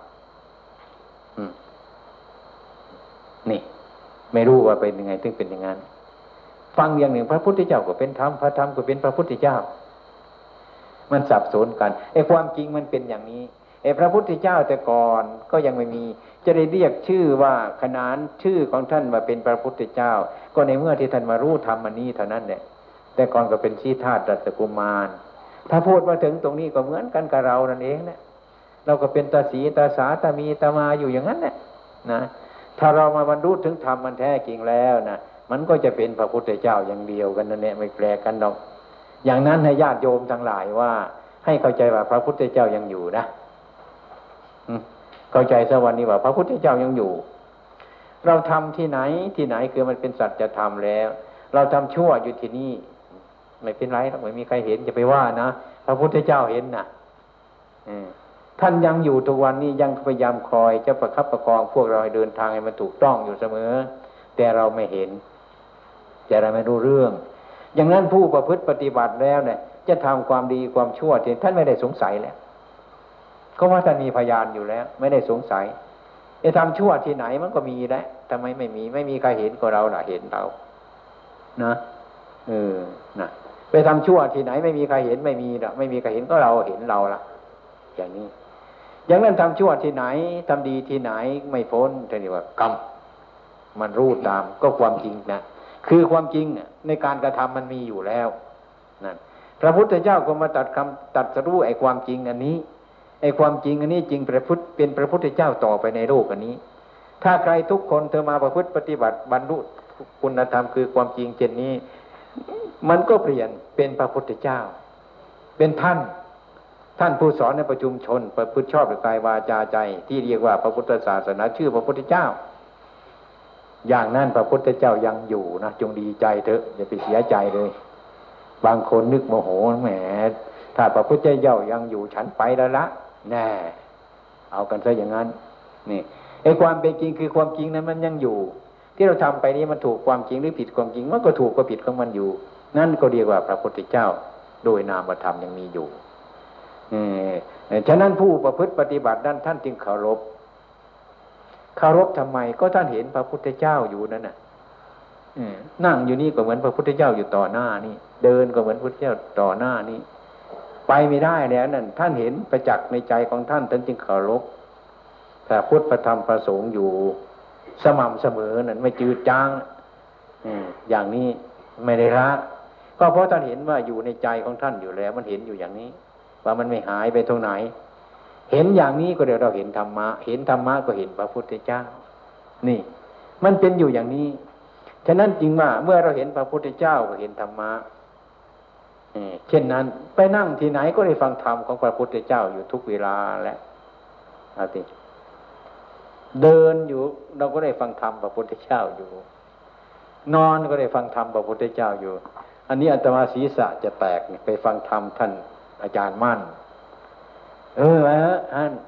นี่ไม่รู้ว่าเป็นยังไงถึงเป็นอย่างนั้นฟังอย่างหนึ่งพระพุทธเจ้าก็เป็นธรรมพระธรรมก็เป็นพระพุทธเจ้ามันสับสนกันไอ้ความจริงมันเป็นอย่างนี้ไอ้พระพุทธเจ้าแต่ก่อนก็ยังไม่มีจะได้เรียกชื่อว่าขนานชื่อของท่านมาเป็นพระพุทธเจ้าก็ในเมื่อที่ท่านมารู้ธรรมอันนี้เท่านั้นแหละแต่ก่อนก็เป็นชีทาสรัตกุมารถ้าพูดมาถึงตรงนี้ก็เหมือนกันกับเรานั่นเองนะเราก็เป็นตาสีตาสาตามีตามาอยู่อย่างนั้นแหละนะถ้าเรามาบรรลุถึงธรรมมันแท้จริงแล้วนะมันก็จะเป็นพระพุทธเจ้าอย่างเดียวกันนั่นแหละไม่แปลกกันหรอกอย่างนั้นให้ญาติโยมทั้งหลายว่าให้เข้าใจว่าพระพุทธเจ้ายังอยู่นะเข้าใจสักวันนี้ว่าพระพุทธเจ้ายังอยู่เราทำที่ไหนที่ไหนคือมันเป็นสัจธรรมแล้วเราทำชั่วอยู่ที่นี่ไม่เป็นไรไม่มีใครเห็นจะไปว่านะพระพุทธเจ้าเห็นนะท่านยังอยู่ทุกวันนี้ยังพยายามคอยจะประคับประคองพวกเราให้เดินทางให้มันถูกต้องอยู่เสมอแต่เราไม่เห็นแต่เราไม่รู้เรื่องอย่างนั้นผู้ประพฤติปฏิบัติแล้วเนี่ยจะทำความดีความชั่วท่านไม่ได้สงสัยแล้วก็ว่าท่านมีพยานอยู่แล้วไม่ได้สงสัยจะทำชั่วที่ไหนมันก็มีแล้วทำไมไม่มีใครเห็นก็เราล่ะเห็นเรานะนะไปทำชั่วที่ไหนไม่มีใครเห็นไม่มีหรอกไม่มีใครเห็นก็เราเห็นเราล่ะอย่างนี้อย่างนั้นทำชั่วที่ไหนทำดีที่ไหนไม่พ้นท่านเรียกว่ากรรมมันรู้ตามก็ความจริงนะคือความจริงในการกระทำมันมีอยู่แล้วนั่นพระพุทธเจ้าก็มาตัดสรู้ไอ้ความจริงอันนี้ไอ้ความจริงอันนี้จริงเป็นพระพุทธเจ้าต่อไปในโลกอันนี้ถ้าใครทุกคนเธอมาประพฤติปฏิบัติบรรลุคุณธรรมคือความจริงเช่นนี้มันก็เปลี่ยนเป็นพระพุทธเจ้าเป็นท่านผู้สอนในประชุมชนประพฤติชอบด้วยกายวาจาใจที่เรียกว่าพระพุทธศาสนาชื่อพระพุทธเจ้าอย่างนั้นพระพุทธเจ้ายังอยู่นะจงดีใจเถอะอย่าไปเสียใจเลยบางคนนึกโมโหแหมถ้าพระพุทธเจ้ายังอยู่ฉันไปแล้วละแน่เอากันซะอย่างนั้นนี่ไอ้ความเป็นจริงคือความจริงนั้นมันยังอยู่ที่เราทำไปนี้มันถูกความจริงหรือผิดความจริงมันก็ถูกก็ผิดของมันอยู่นั่นก็เรียกว่าพระพุทธเจ้าโดยนามธรรมยังมีอยู่ฉะนั้นผู้ประพฤติปฏิบัตินั้นท่านจึงเคารพทำไมก็ท่านเห็นพระพุทธเจ้าอยู่นั่นน่ะนั่งอยู่นี่ก็เหมือนพระพุทธเจ้าอยู่ต่อหน้านี่เดินก็เหมือนพระพุทธเจ้าต่อหน้านี่ไปไม่ได้แล้วนั่นท่านเห็นประจักษ์ในใจของท่านจึงเคารพพระพุทธพระธรรมพระสงฆ์อยู่สม่ำเสมอนั่นไม่จืดจางอย่างนี้ไม่ได้ละก็เพราะท่านเห็นว่าอยู่ในใจของท่านอยู่แล้วมันเห็นอยู่อย่างนี้ว่ามันไม่หายไปตรงไหนเห็นอย่างนี้ก็เดี๋ยวเราเห็นธรรมะเห็นธรรมะก็เห็นพระพุทธเจ้านี่มันเป็นอยู่อย่างนี้ฉะนั้นจริงว่าเมื่อเราเห็นพระพุทธเจ้าก็เห็นธรรมะเช่นนั้นไปนั่งที่ไหนก็ได้ฟังธรรมของพระพุทธเจ้าอยู่ทุกเวลาแหละเอาสิเดินอยู่เราก็ได้ฟังธรรมพระพุทธเจ้าอยู่นอนก็ได้ฟังธรรมพระพุทธเจ้าอยู่อันนี้อาตมาศีรษะจะแตกไปฟังธรรมท่านอาจารย์มั่นมาฮะท่าน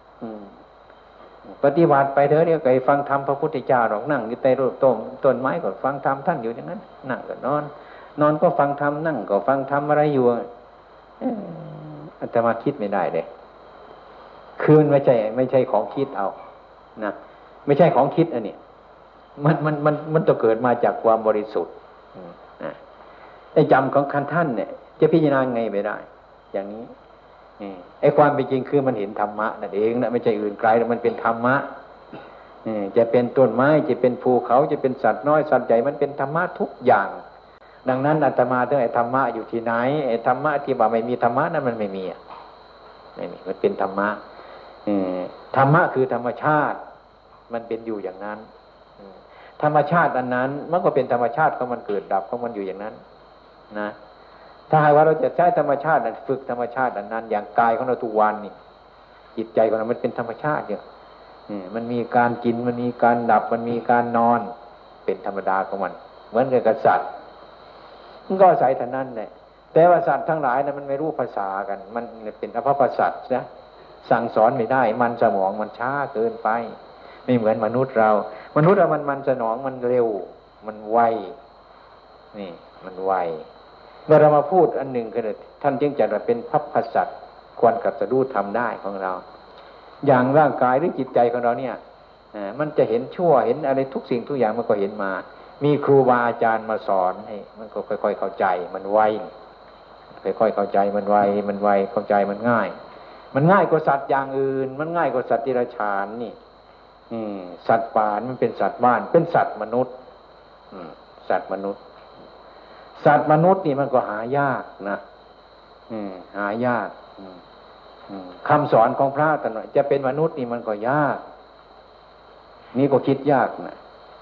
ปฏิบัติไปเถอะเนี่ยไปฟังธรรมพระพุทธเจ้าหรอกนั่งอยู่ใต้ร่มต้นไม้ก็ฟังธรรมท่านอยู่อย่างนั้นนั่งก็นอนก็ฟังธรรมนั่งก็ฟังธรรมอะไรอยู่อาตมาคิดไม่ได้เลยคือมันไม่ใช่ของคิดเอานะไม่ใช่ของคิดอันนี้มันต้องเกิดมาจากความบริสุทธิ์ไอ้จำของท่านเนี่ยจะพิจารณาไงไม่ได้อย่างนี้ไอ้ความเป็นจริงคือมันเห็นธรรมะนั่นเองนะไม่ใช่อื่นไกลมันเป็นธรรมะจะเป็นต้นไม้จะเป็นภูเขาจะเป็นสัตว์น้อยสัตว์ใหญ่มันเป็นธรรมะทุกอย่างดังนั้นอาตมาถึงไอ้ธรรมะอยู่ที่ไหนไอ้ธรรมะที่ว่าไม่มีธรรมะนั้นมันไม่มีมันเป็นธรรมะธรรมะคือธรรมชาติมันเป็นอยู่อย่างนั้นธรรมชาติอันนั้นมันก็เป็นธรรมชาติของมันเกิดดับของมันอยู่อย่างนั้นนะถ้าหากว่าเราจะใช้ธรรมชาตินั้นฝึกธรรมชาติอันนั้นอย่างกายของเราทุกวันนี่จิตใจของเรามันเป็นธรรมชาติเนี่ยมันมีการกินมันมีการดับมันมีการนอนเป็นธรรมดาของมันเหมือนกับสัตว์มันก็อาศัยท่านั้นแหละแต่ว่าสัตว์ทั้งหลายนะมันไม่รู้ภาษากันมันเป็นอภัพสัตว์นะสั่งสอนไม่ได้มันสมองมันช้าเกินไปไม่เหมือนมนุษย์เรามันสนองมันเร็วมันไวนี่มันไวเมื่อเรามาพูดอันหนึ่งก็เลยท่านจึงจัดว่าเป็นภัพสัตว์ควรกับสะดุ้ทำได้ของเราอย่างร่างกายหรือจิตใจของเราเนี่ยมันจะเห็นชั่วเห็นอะไรทุกสิ่งทุกอย่างมันก็เห็นมามีครูบาอาจารย์มาสอนให้มันก็ค่อยๆเข้าใจมันไวค่อยๆเข้าใจมันไวเข้าใจมันง่ายกว่าสัตว์อย่างอื่นมันง่ายกว่าสัตว์ที่ราชานนี่สัตว์ป่ามันเป็นสัตว์บ้านเป็นสัตว์มนุษย์สัตว์มนุษย์นี่มันก็หายากนะหายากคำสอนของพระแต่หน่อยจะเป็นมนุษย์นี่มันก็ยากนี่ก็คิดยากนะ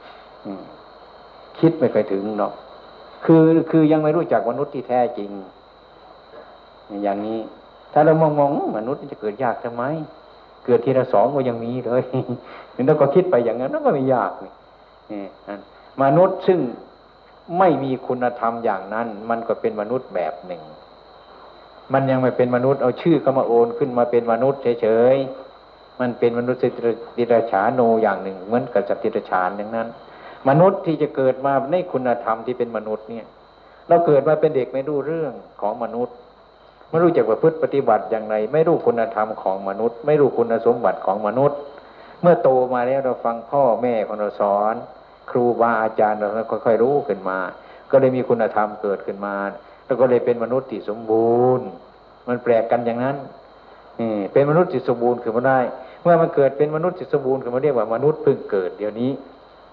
คิดไม่เคยถึงเนาะคือยังไม่รู้จักมนุษย์ที่แท้จริงอย่างนี้ถ้าเรามองมนุษย์จะเกิดยากทำไมเกิดทีละสองก็ยังมีเลยแล้วก็คิดไปอย่างนั้นก็ไม่ยากนี่มนุษย์ซึ่งไม่มีคุณธรรมอย่างนั้นมันก็เป็นมนุษย์แบบหนึ่งมันยังไม่เป็นมนุษย์เอาชื่อเข้ามาโอนขึ้นมาเป็นมนุษย์เฉยๆมันเป็นมนุษย์ติรฉาโนอย่างหนึ่งเหมือนกับสัตว์ติรฉานอย่างนั้นมนุษย์ที่จะเกิดมาในคุณธรรมที่เป็นมนุษย์เนี่ยเราเกิดมาเป็นเด็กไม่รู้เรื่องของมนุษย์ไม่รู้จักประพฤติปฏิบัติอย่างไรไม่รู้คุณธรรมของมนุษย์ไม่รู้คุณสมบัติของมนุษย์เมื่อโตมาแล้วเราฟังพ่อแม่ของเราสอนครูบาอาจารย์เราค่อยๆรู้ขึ้นมาก็เลยมีคุณธรรมเกิดขึ้นมาแล้วก็เลยเป็นมนุษย์ที่สมบูรณ์มันแปลกกันอย่างนั้นเป็นมนุษย์ที่สมบูรณ์ขึ้นมาได้เมื่อมันเกิดเป็นมนุษย์ที่สมบูรณ์ขึ้นมาเรียกว่ามนุษย์เพิ่งเกิดเดี๋ยวนี้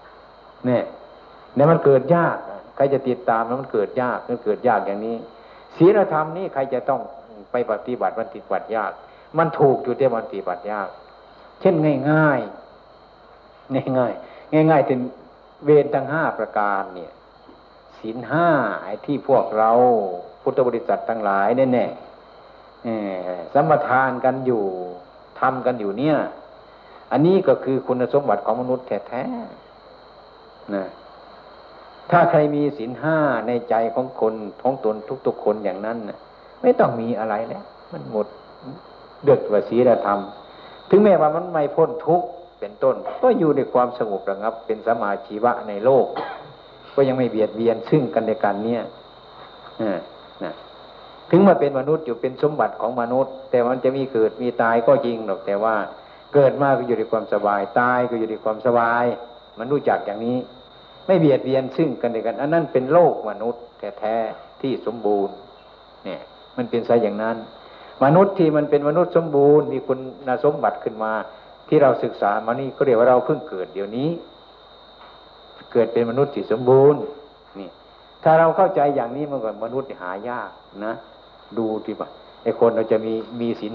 เนี่ยมันเกิดยากใครจะติดตามแล้วมันเกิดยากอย่างนี้ศีลธรรมนี่ใครจะต้องไปปฏิบัติมันปฏิบัติยากมันถูกอยู่ที่มันปฏิบัติยากเช่นง่ายเป็นเวรทั้ง5ประการเนี่ยศีล5ไอ้ที่พวกเราพุทธบริษัททั้งหลายแน่ๆสัมปทานกันอยู่ทำกันอยู่เนี่ยอันนี้ก็คือคุณสมบัติของมนุษย์แท้ๆนะถ้าใครมีศีล5ในใจของคนของตนทุกๆคนอย่างนั้นนะไม่ต้องมีอะไรแล้วมันหมดเดือดว่าศีลธรรมถึงแม้ว่ามันไม่พ้นทุกข์เป็นต้นก็อยู่ในความสงบระงับเป็นสัมมาชีวะในโลกก็ยังไม่เบียดเบียนซึ่งกันและกันเนี่ยนะถึงมาเป็นมนุษย์อยู่เป็นสมบัติของมนุษย์แต่มันจะมีเกิดมีตายก็จริงหรอกแต่ว่าเกิดมาก็อยู่ในความสบายตายก็อยู่ในความสบายมันรู้จักอย่างนี้ไม่เบียดเบียนซึ่งกันและกันอันนั้นเป็นโลกมนุษย์แท้ๆที่สมบูรณ์เนี่ยมันเป็นซะอย่างนั้นมนุษย์ที่มันเป็นมนุษย์สมบูรณ์มีคุณสมบัติขึ้นมาที่เราศึกษามานี่ก็เรียกว่าเราเพิ่งเกิดเดี๋ยวนี้เกิดเป็นมนุษย์ที่สมบูรณ์นี่ถ้าเราเข้าใจอย่างนี้มันก็มนุษย์หายากนะดูที่ว่าไอ้คนเราจะมีศีล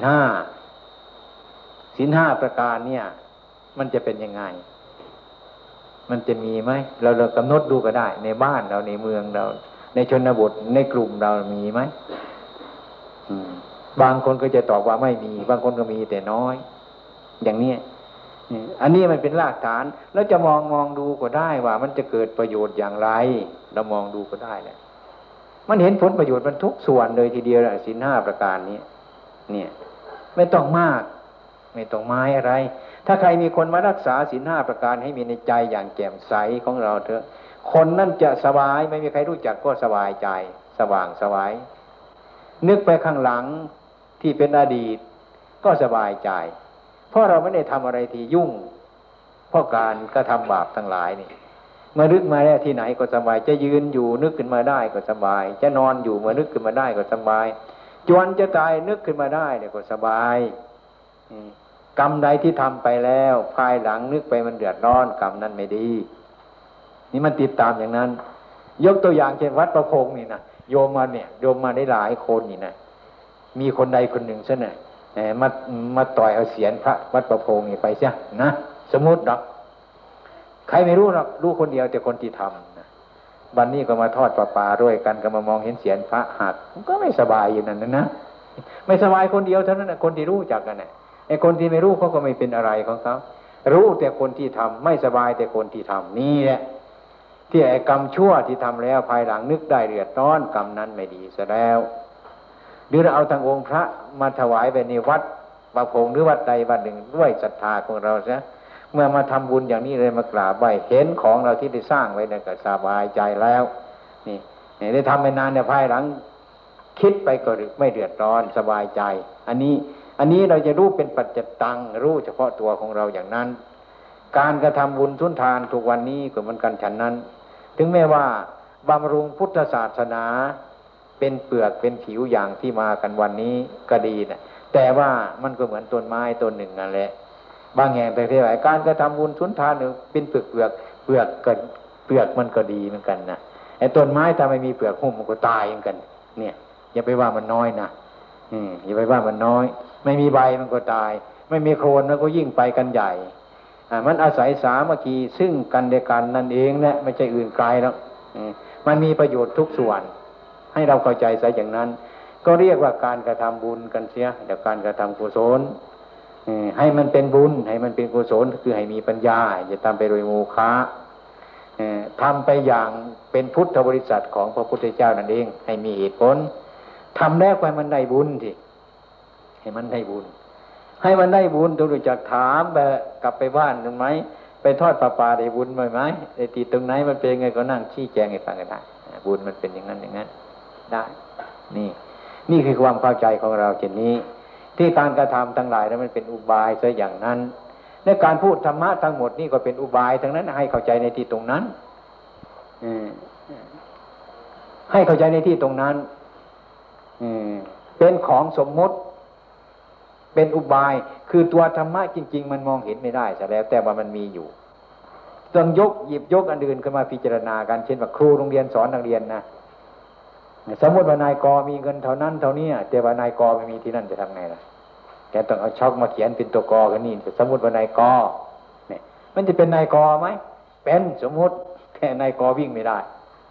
5ประการเนี่ยมันจะเป็นยังไงมันจะมีไหมเรากำหนดดูก็ได้ในบ้านเราในเมืองเราในชนบทในกลุ่มเรามีไหมบางคนก็จะตอบว่าไม่มีบางคนก็มีแต่น้อยอย่างนี้อันนี้มันเป็นรากฐานแล้วจะมองดูก็ได้ว่ามันจะเกิดประโยชน์อย่างไรเรามองดูก็ได้แหละมันเห็นผลประโยชน์มันทุกส่วนเลยทีเดียวศีลห้าประการนี้เนี่ยไม่ต้องมากไม่ต้องไม้อะไร ถ้าใครมีคนมารักษาศีลห้าประการให้มีในใจอย่างแจ่มใสของเราเถอะคนนั่นจะสบายไม่มีใครรู้จักก็สบายใจสว่างสวายนึกไปข้างหลังที่เป็นอดีตก็สบายใจเพราะเราไม่ได้ทำอะไรที่ยุ่งเพราะการกระทำบาปทั้งหลายนี่เมื่อนึกมาแล้วที่ไหนก็สบายจะยืนอยู่นึกขึ้นมาได้ก็สบายจะนอนอยู่เมื่อนึกขึ้นมาได้ก็สบายจวนจะตายนึกขึ้นมาได้เนี่ยก็สบายกรรมใดที่ทำไปแล้วภายหลังนึกไปมันเดือดร้อนกรรมนั้นไม่ดีนี่มันติดตามอย่างนั้นยกตัวอย่างเช่นวัดประพงนี่นะโยมมาได้หลายคนนี่นะมีคนใดคนหนึ่งซะหน่อยมาต่อยเอาเสียนพระวัดประพงนี่ไปเสียนะสมมติหรอกใครไม่รู้หรอกรู้คนเดียวแต่คนที่ทำนะวันนี้ก็มาทอดประปาด้วยกันก็มามองเห็นเสียนพระหักก็ไม่สบายอยู่นั่นนะไม่สบายคนเดียวเท่านั้นนะคนที่รู้จักกันนะไอ้คนที่ไม่รู้เขาก็ไม่เป็นอะไรของเขารู้แต่คนที่ทำไม่สบายแต่คนที่ทำนี่แหละที่ไอ้กรรมชั่วที่ทำแล้วภายหลังนึกได้เดือดร้อนกรรมนั้นไม่ดีซะแล้วหรือเราเอาทางองค์พระมาถวายไปในวัดประพงหรือวัดใดวัดหนึ่งด้วยศรัทธาของเราซะเมื่อมาทำบุญอย่างนี้เลยมากราบไหว้เห็นของเราที่ได้สร้างไว้เนี่ยก็สบายใจแล้วนี่ได้ทำไปนานเนี่ยภายหลังคิดไปก็ไม่เดือดร้อนสบายใจอันนี้เราจะรู้เป็นปัจจตังรู้เฉพาะตัวของเราอย่างนั้นการกระทำบุญทุนทานทุกวันนี้ก็เหมือนกันฉันนั้นถึงแม้ว่าบำรุงพุทธศาสนาเป็นเปลือกเป็นผิวอย่างที่มากันวันนี้ก็ดีนะแต่ว่ามันก็เหมือนต้นไม้ต้นหนึ่งนั่นแหละบางแห่งแต่ที่ไหนการกระทำบุญทุนทานเป็นเปลือกมันก็ดีเหมือนกันนะไอ้ต้นไม้ถ้าไม่มีเปลือกหุ้มมันก็ตายเหมือนกันเนี่ยอย่าไปว่ามันน้อยนะอย่าไปว่ามันน้อยไม่มีใบมันก็ตายไม่มีโคลนมันก็ยิ่งไปกันใหญ่มันอาศัยสามัคคีซึ่งกันและกันนั่นเองแหละไม่ใช่อื่นไกลแล้วมันมีประโยชน์ทุกส่วนให้เราเข้าใจซะอย่างนั้นก็เรียกว่าการกระทำบุญกันเสียเดี๋ยวการกระทำกุศลให้มันเป็นบุญให้มันเป็นกุศลคือให้มีปัญญาอย่าทำไปโดยโมฆะทำไปอย่างเป็นพุทธบริษัทของพระพุทธเจ้านั่นเองให้มีเหตุผลทำแล้วให้มันได้บุญทีให้มันได้บุญให้มันได้บุญต้องรู้จักถามแบบกลับไปบ้านนั่นไหมไปทอดปลาปลาได้บุญไหมไอ้ติดตรงไหนมันเป็นไงก็นั่งชี้แจงให้ฟังกันได้บุญมันเป็นอย่างนั้นอย่างนั้นได้นี่คือความเข้าใจของเราเช่นนี้ที่การกระทำทั้งหลายนั้นมันเป็นอุบายซะอย่างนั้นในการพูดธรรมะทั้งหมดนี่ก็เป็นอุบายทั้งนั้นให้เข้าใจในที่ตรงนั้นให้เข้าใจในที่ตรงนั้นเป็นของสมมุติเป็นอุบายคือตัวธรรมะจริงๆมันมองเห็นไม่ได้ซะแล้วแต่ว่ามันมีอยู่ต้องหยิบยกอันอื่นขึ้นมาพิจารณากันเช่นว่าครูโรงเรียนสอนนักเรียนนะสมมติว่านายกมีเงินเท่านั้นเท่านี้แต่ว่านายกไม่มีที่นั่นจะทำไงล่ะแกต้องเอาช็อกมาเขียนเป็นตัวกกันนี่สมมติว่านายกเนี่ยมันจะเป็นนายกไหมเป็นสมมติแต่นายกวิ่งไม่ได้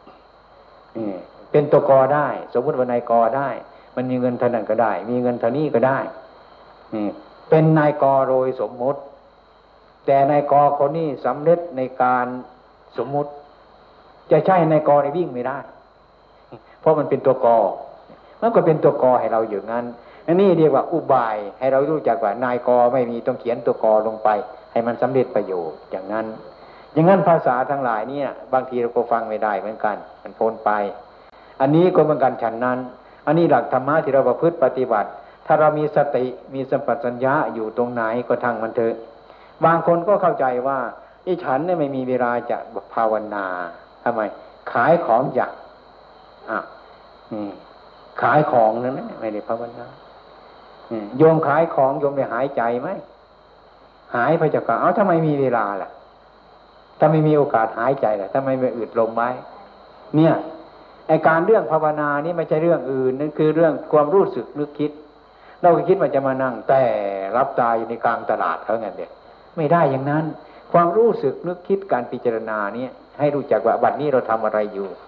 เป็นตัวกได้สมมติว่านายกได้มันมีเงินเท่านั้นก็ได้มีเงินเท่านี้ก็ได้เป็นนายกโดยสมมติแต่นายกคนนี้สำเร็จในการสมมติจะใช่นายกในวิ่งไม่ได้เพราะมันเป็นตัวกมันก็เป็นตัวกให้เราอยู่งั้นอันนี้เรียกว่าอุบายให้เรารู้จักว่านายกไม่มีต้องเขียนตัวกลงไปให้มันสำเร็จประโยชน์อย่างนั้นภาษาทั้งหลายเนี่ยบางทีเราก็ฟังไม่ได้เหมือนกันมันพ้นไปอันนี้ก็เหมือนกันฉันนั้นอันนี้หลักธรรมะที่เราประพฤติปฏิบัติถ้าเรามีสติมีสัมปชัญญะอยู่ตรงไหนก็ทั้งมันเถอะบางคนก็เข้าใจว่าฉันเนี่ยไม่มีเวลาจะภาวนาทำไมขายของอยากขายของนั่นไม่ได้ภาวนาโยมขายของโยมได้หายใจไหมหายพระเจ้าค่ะทำไมมีเวลาล่ะถ้าไม่มีโอกาสหายใจล่ะทำไมไม่อึดลมไว้เนี่ยไอการเรื่องภาวนานี่ไม่ใช่เรื่องอื่นนั่นคือเรื่องความรู้สึกนึกคิดเราก็คิดว่าจะมานั่งแต่รับตาอยู่ในกลางตลาดเขาไงเด็กไม่ได้อย่างนั้นความรู้สึกนึกคิดการพิจารณาเนี่ยให้รู้จักว่าบัดนี้เราทำอะไรอยู่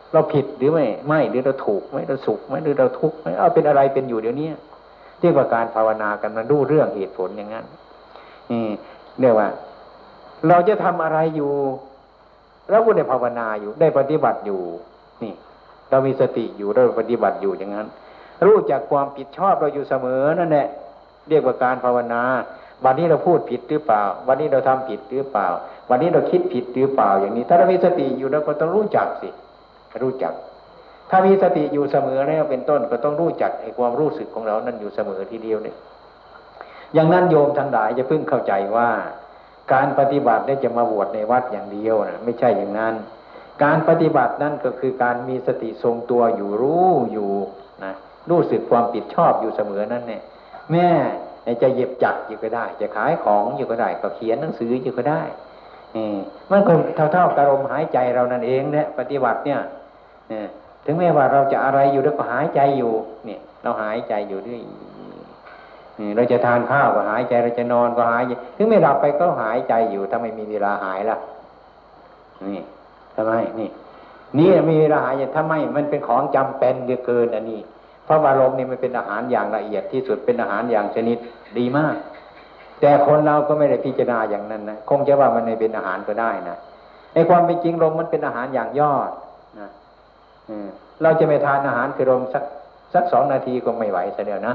เราผิดหรือไม่หรือเราถูกไหมเราสุขไหมหรือเราทุกข์ไหมเอาเป็นอะไรเป็นอยู่เดี๋ยวนี้เรียกว่าการภาวนากันมันรู้เรื่องเหตุผลอย่างนั้นนี่เรียกว่าเราจะทำอะไรอยู่เราก็ได้ภาวนาอยู่ได้ปฏิบัติอยู่นี่เรามีสติอยู่เราปฏิบัติอยู่อย่างนั้นรู้จักความผิดชอบเราอยู่เสมอนั่นแหละเรียกว่าการภาวนาวันนี้เราพูดผิดหรือเปล่าวันนี้เราทำผิดหรือเปล่าวันนี้เราคิดผิดหรือเปล่าอย่างนี้ถ้าเรามีสติอยู่เราก็ต้องรู้จักสิรู้จักถ้ามีสติอยู่เสมอแล้วเป็นต้นก็ต้องรู้จักไอ้ความรู้สึกของเรานั้นอยู่เสมอทีเดียวเนี่ยอย่างนั้นโยมทั้งหลายจะเพิ่งเข้าใจว่าการปฏิบัติได้จะมาบวชในวัดอย่างเดียวนะไม่ใช่อย่างนั้นการปฏิบัตินั่นก็คือการมีสติทรงตัวอยู่รู้อยู่นะรู้สึกความผิดชอบอยู่เสมอนั่นเนี่ยแม่จะเย็บจักรอยู่ก็ได้จะขายของอยู่ก็ได้ก็เขียนหนังสืออยู่ก็ได้มันก็เท่ากับลมหายใจเรานั่นเองเนี่ยปฏิบัติเนี่ยถึงแม้ว่าเราจะอะไรอยู่แล้วก็หายใจอยู่เนี่ยเราหายใจอยู่ด้วยเราจะทานข้าวก็หายใจเราจะนอนก็หายใจถึงไม่หลับไปก็หายใจอยู่ถ้าไม่มีเวลาหายล่ะนี่ทำไมนี่มีเวลาหายใจทำไมมันเป็นของจำเป็นเหลือเกินอันนี้เพราะว่าลมนี่มันเป็นอาหารอย่างละเอียดที่สุดเป็นอาหารอย่างชนิดดีมากแต่คนเราก็ไม่ได้พิจารณาอย่างนั้นนะคงจะว่ามันไม่เป็นอาหารก็ได้นะในความเป็นจริงลมมันเป็นอาหารอย่างยอดนะเราจะไม่ทานอาหารคือลมสัก2 นาทีก็ไม่ไหวซะเดียวนะ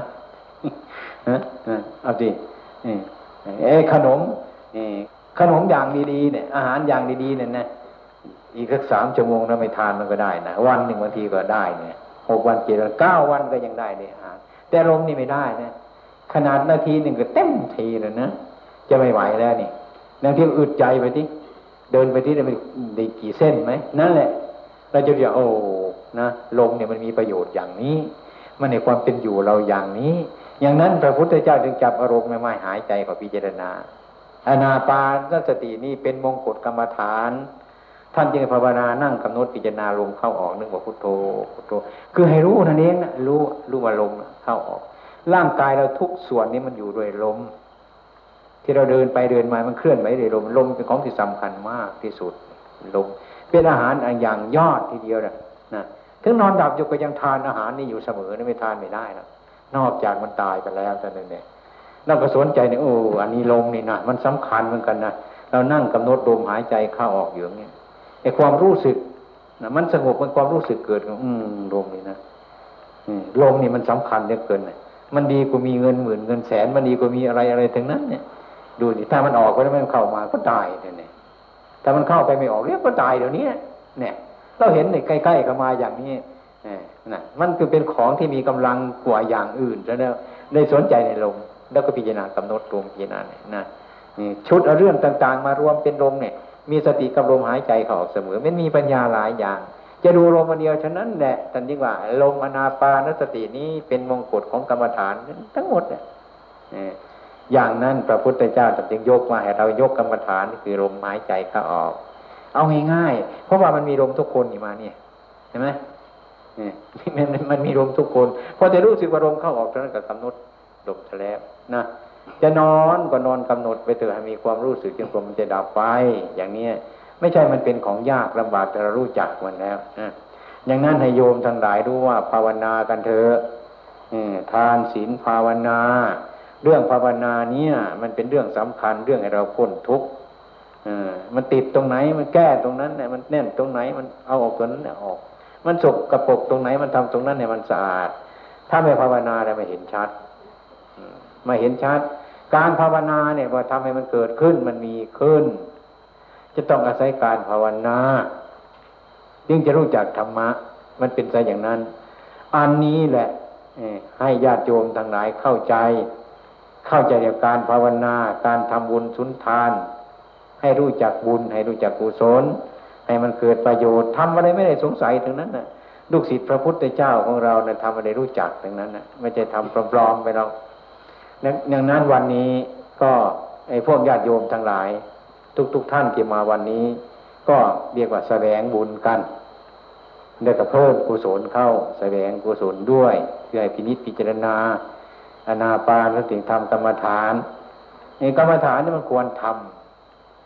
เอาสิขนมอย่างดีๆเนี่ยอาหารอย่างดีๆเนี่ยนะอีกสัก3 ชั่วโมงเราไม่ทานมันก็ได้นะวันหนึ่งบางทีก็ได้เนี่ย6 วัน7 วัน9 วันก็ยังได้เนี่ยอาหารแต่ลมนี่ไม่ได้นะขนาดนาทีหนึ่งก็เต็มทีแล้วนะจะไม่ไหวแล้วนี่บางทีอึดใจไปที่เดินไปที่ได้กี่เส้นไหมนั่นแหละเราจะเรียกโอ้นะลมเนี่ยมันมีประโยชน์อย่างนี้มันในความเป็นอยู่เราอย่างนี้อย่างนั้นพระพุทธเจ้าจึงจับอารมณ์ไม่หายใจกับพิจารณาอานาปานสตินี่เป็นมงกุฎกรรมฐานท่านจึงภาวนานั่งกำหนดพิจารณาลมเข้าออกนึกว่าพุทโธพุทโธคือให้รู้นั่นเองนะรู้ว่าลมเข้าออกร่างกายเราทุกส่วนนี้มันอยู่ด้วยลมที่เราเดินไปเดินมามันเคลื่อนไหวด้วยลมเป็นของที่สำคัญมากที่สุดลมเป็นอาหารอย่างยอดทีเดียวนะถึงนอนดับอยู่ก็ยังทานอาหารนี้อยู่เสมอนะไม่ทานไม่ได้นะนอกจากมันตายไปแล้วแต่นั่นเนี่ยเราก็สนใจเนี่ยอันนี้ลมนี่นะมันสำคัญเหมือนกันนะเรานั่งกำหนดลมหายใจเข้าออกอยู่อย่างนี้ไอ้ความรู้สึกนะมันสงบมันความรู้สึกเกิดลมนี่นะลมนี่มันสำคัญเหลือเกินนะมันดีกว่ามีเงินหมื่นเงินแสนมันดีกว่ามีอะไรทั้งนั้นเนี่ยดูดิถ้ามันออกไปแล้วมันเข้ามาก็ตายเนี่ยถ้ามันเข้าไปไม่ออกเรียกก็ตายเดี๋ยวนี้เนี่ยเราเห็นในใกล้ๆเข้ามาอย่างนี้น่ะมันคือเป็นของที่มีกำลังกว่าอย่างอื่นแล้วได้สนใจในลมแล้วก็พิจารณากำหนดลมพิจารณาเนี่ยนะนี่ชุดเรื่องต่างๆมารวมเป็นลมเนี่ยมีสติกับลมหายใจเข้าออกเสมอไม่มีปัญญาหลายอย่างจะดูลมอันเดียวฉะนั้นแหละท่านจึงว่าลมอนาปานสตินี้เป็นมงกุฎของกรรมฐานทั้งหมดเนี่ยอย่างนั้นพระพุทธเจ้าจึงยกมาให้เรายกกรรมฐานคือลมหายใจเข้าออกเอาง่ายๆเพราะว่ามันมีลมทุกคนอยู่มาเนี่ยเห็นไหมมันมีลมทุกคนพอจะรู้สึกว่าลมเข้าออกเท่านั้นก็กำหนดลมแล้วนะจะนอนก็นอนกำหนดไปเถอะให้มีความรู้สึกจนกว่ามันจะดับไปอย่างนี้ไม่ใช่มันเป็นของยากลำบากแต่เรารู้จักมันแล้วอย่างนั้นให้โยมทั้งหลายรู้ว่าภาวนากันเถอะทานศีลภาวนาเรื่องภาวนาเนี่ยมันเป็นเรื่องสำคัญเรื่องให้เราพ้นทุกข์มันติดตรงไหนมันแก้ตรงนั้นเนี่ยมันแน่นตรงไหนมันเอาออกตรงนั้นเนี่ยออกมันสกปรกตรงไหนมันทำตรงนั้นเนี่ยมันสะอาดถ้าไม่ภาวนาเนี่ยไม่เห็นชัดไม่เห็นชัดการภาวนาเนี่ยว่าทำให้มันเกิดขึ้นมันมีขึ้นจะต้องอาศัยการภาวนาจึงจะรู้จักธรรมะมันเป็นไปอย่างนั้นอันนี้แหละให้ญาติโยมทั้งหลายเข้าใจในการภาวนาการทำบุญสุนทานให้รู้จักบุญให้รู้จักกุศลให้มันเกิดประโยชน์ทำอะไรไม่ได้สงสัยถึงนั้นนะลูกศิษย์พระพุทธเจ้าของเราเนี่ยทำอะไรรู้จักถึงนั้นนะไม่ใช่ทำปลอมๆไปเราอย่างนั้นวันนี้ก็ไอ้พวกญาติโยมทั้งหลายทุกท่านที่มาวันนี้ก็เรียกว่าแสวงบุญกันได้กับเพิ่มกุศลเข้าแสวงกุศลด้วยเพื่อให้พินิจพิจารณาอานาปานสติธรรมกรรมฐานในกรรมฐานนี่มันควรทำ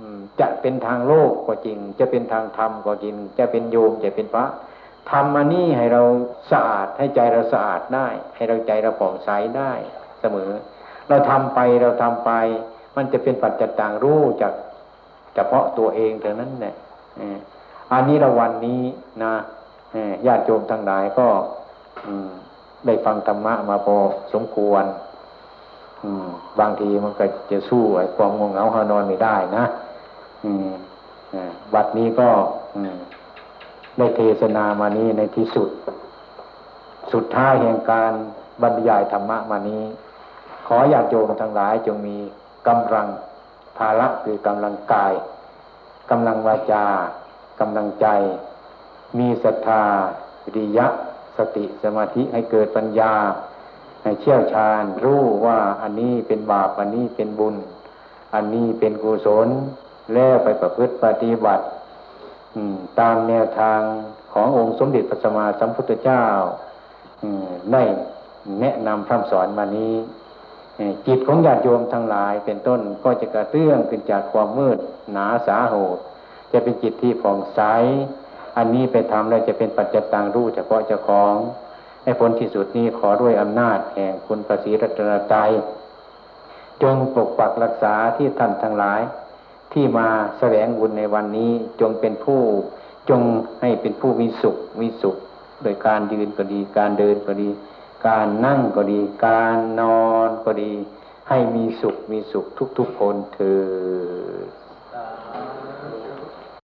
จะเป็นทางโลกก็จริงจะเป็นทางธรรมก็จริงจะเป็นโยมจะเป็นพระทำอันนี้ให้เราสะอาดให้ใจเราสะอาดได้ให้เราใจเราผ่องใสได้เสมอเราทำไปมันจะเป็นปัจจัยต่างรู้จากเฉพาะตัวเองเท่านั้นแหละอันนี้เราวันนี้นะญาติโยมทั้งหลายก็ได้ฟังธรรมะมาพอสมควรบางทีมันก็จะสู้ไอ้ความง่วงเหงาหานอนไม่ได้นะบัดนี้ก็ได้เทศนามานี้ในที่สุดท้ายแห่งการบรรยายธรรมะมานี้ขอญาติโยมทั้งหลายจงมีกำลังภาระคือกำลังกายกำลังวาจากำลังใจมีศรัทธาวิริยะสติสมาธิให้เกิดปัญญาให้เชี่ยวชาญรู้ว่าอันนี้เป็นบาปอันนี้เป็นบุญอันนี้เป็นกุศลแล้วไปประพฤติปฏิบัติตามแนวทางขององค์สมเด็จพระสัมมาสัมพุทธเจ้าได้แนะนำพร่ำสอนมานี้จิตของญาติโยมทั้งหลายเป็นต้นก็จะกระเตื้องขึ้นจากความมืดหนาสาโหดจะเป็นจิตที่ผ่องใสอันนี้ไปทำแล้วจะเป็นปัจจัยต่างรู้เฉพาะเจ้าของให้ผลที่สุดนี้ขอด้วยอำนาจแห่งคุณพระศรีรัตนตรัยจงปกปักรักษาที่ท่านทั้งหลายที่มาแสวงบุญในวันนี้จงเป็นผู้จงให้เป็นผู้มีสุขโดยการยืนก็ดีการเดินก็ดีการนั่งก็ดีการนอนก็ดีให้มีสุขทุกๆคนเถิด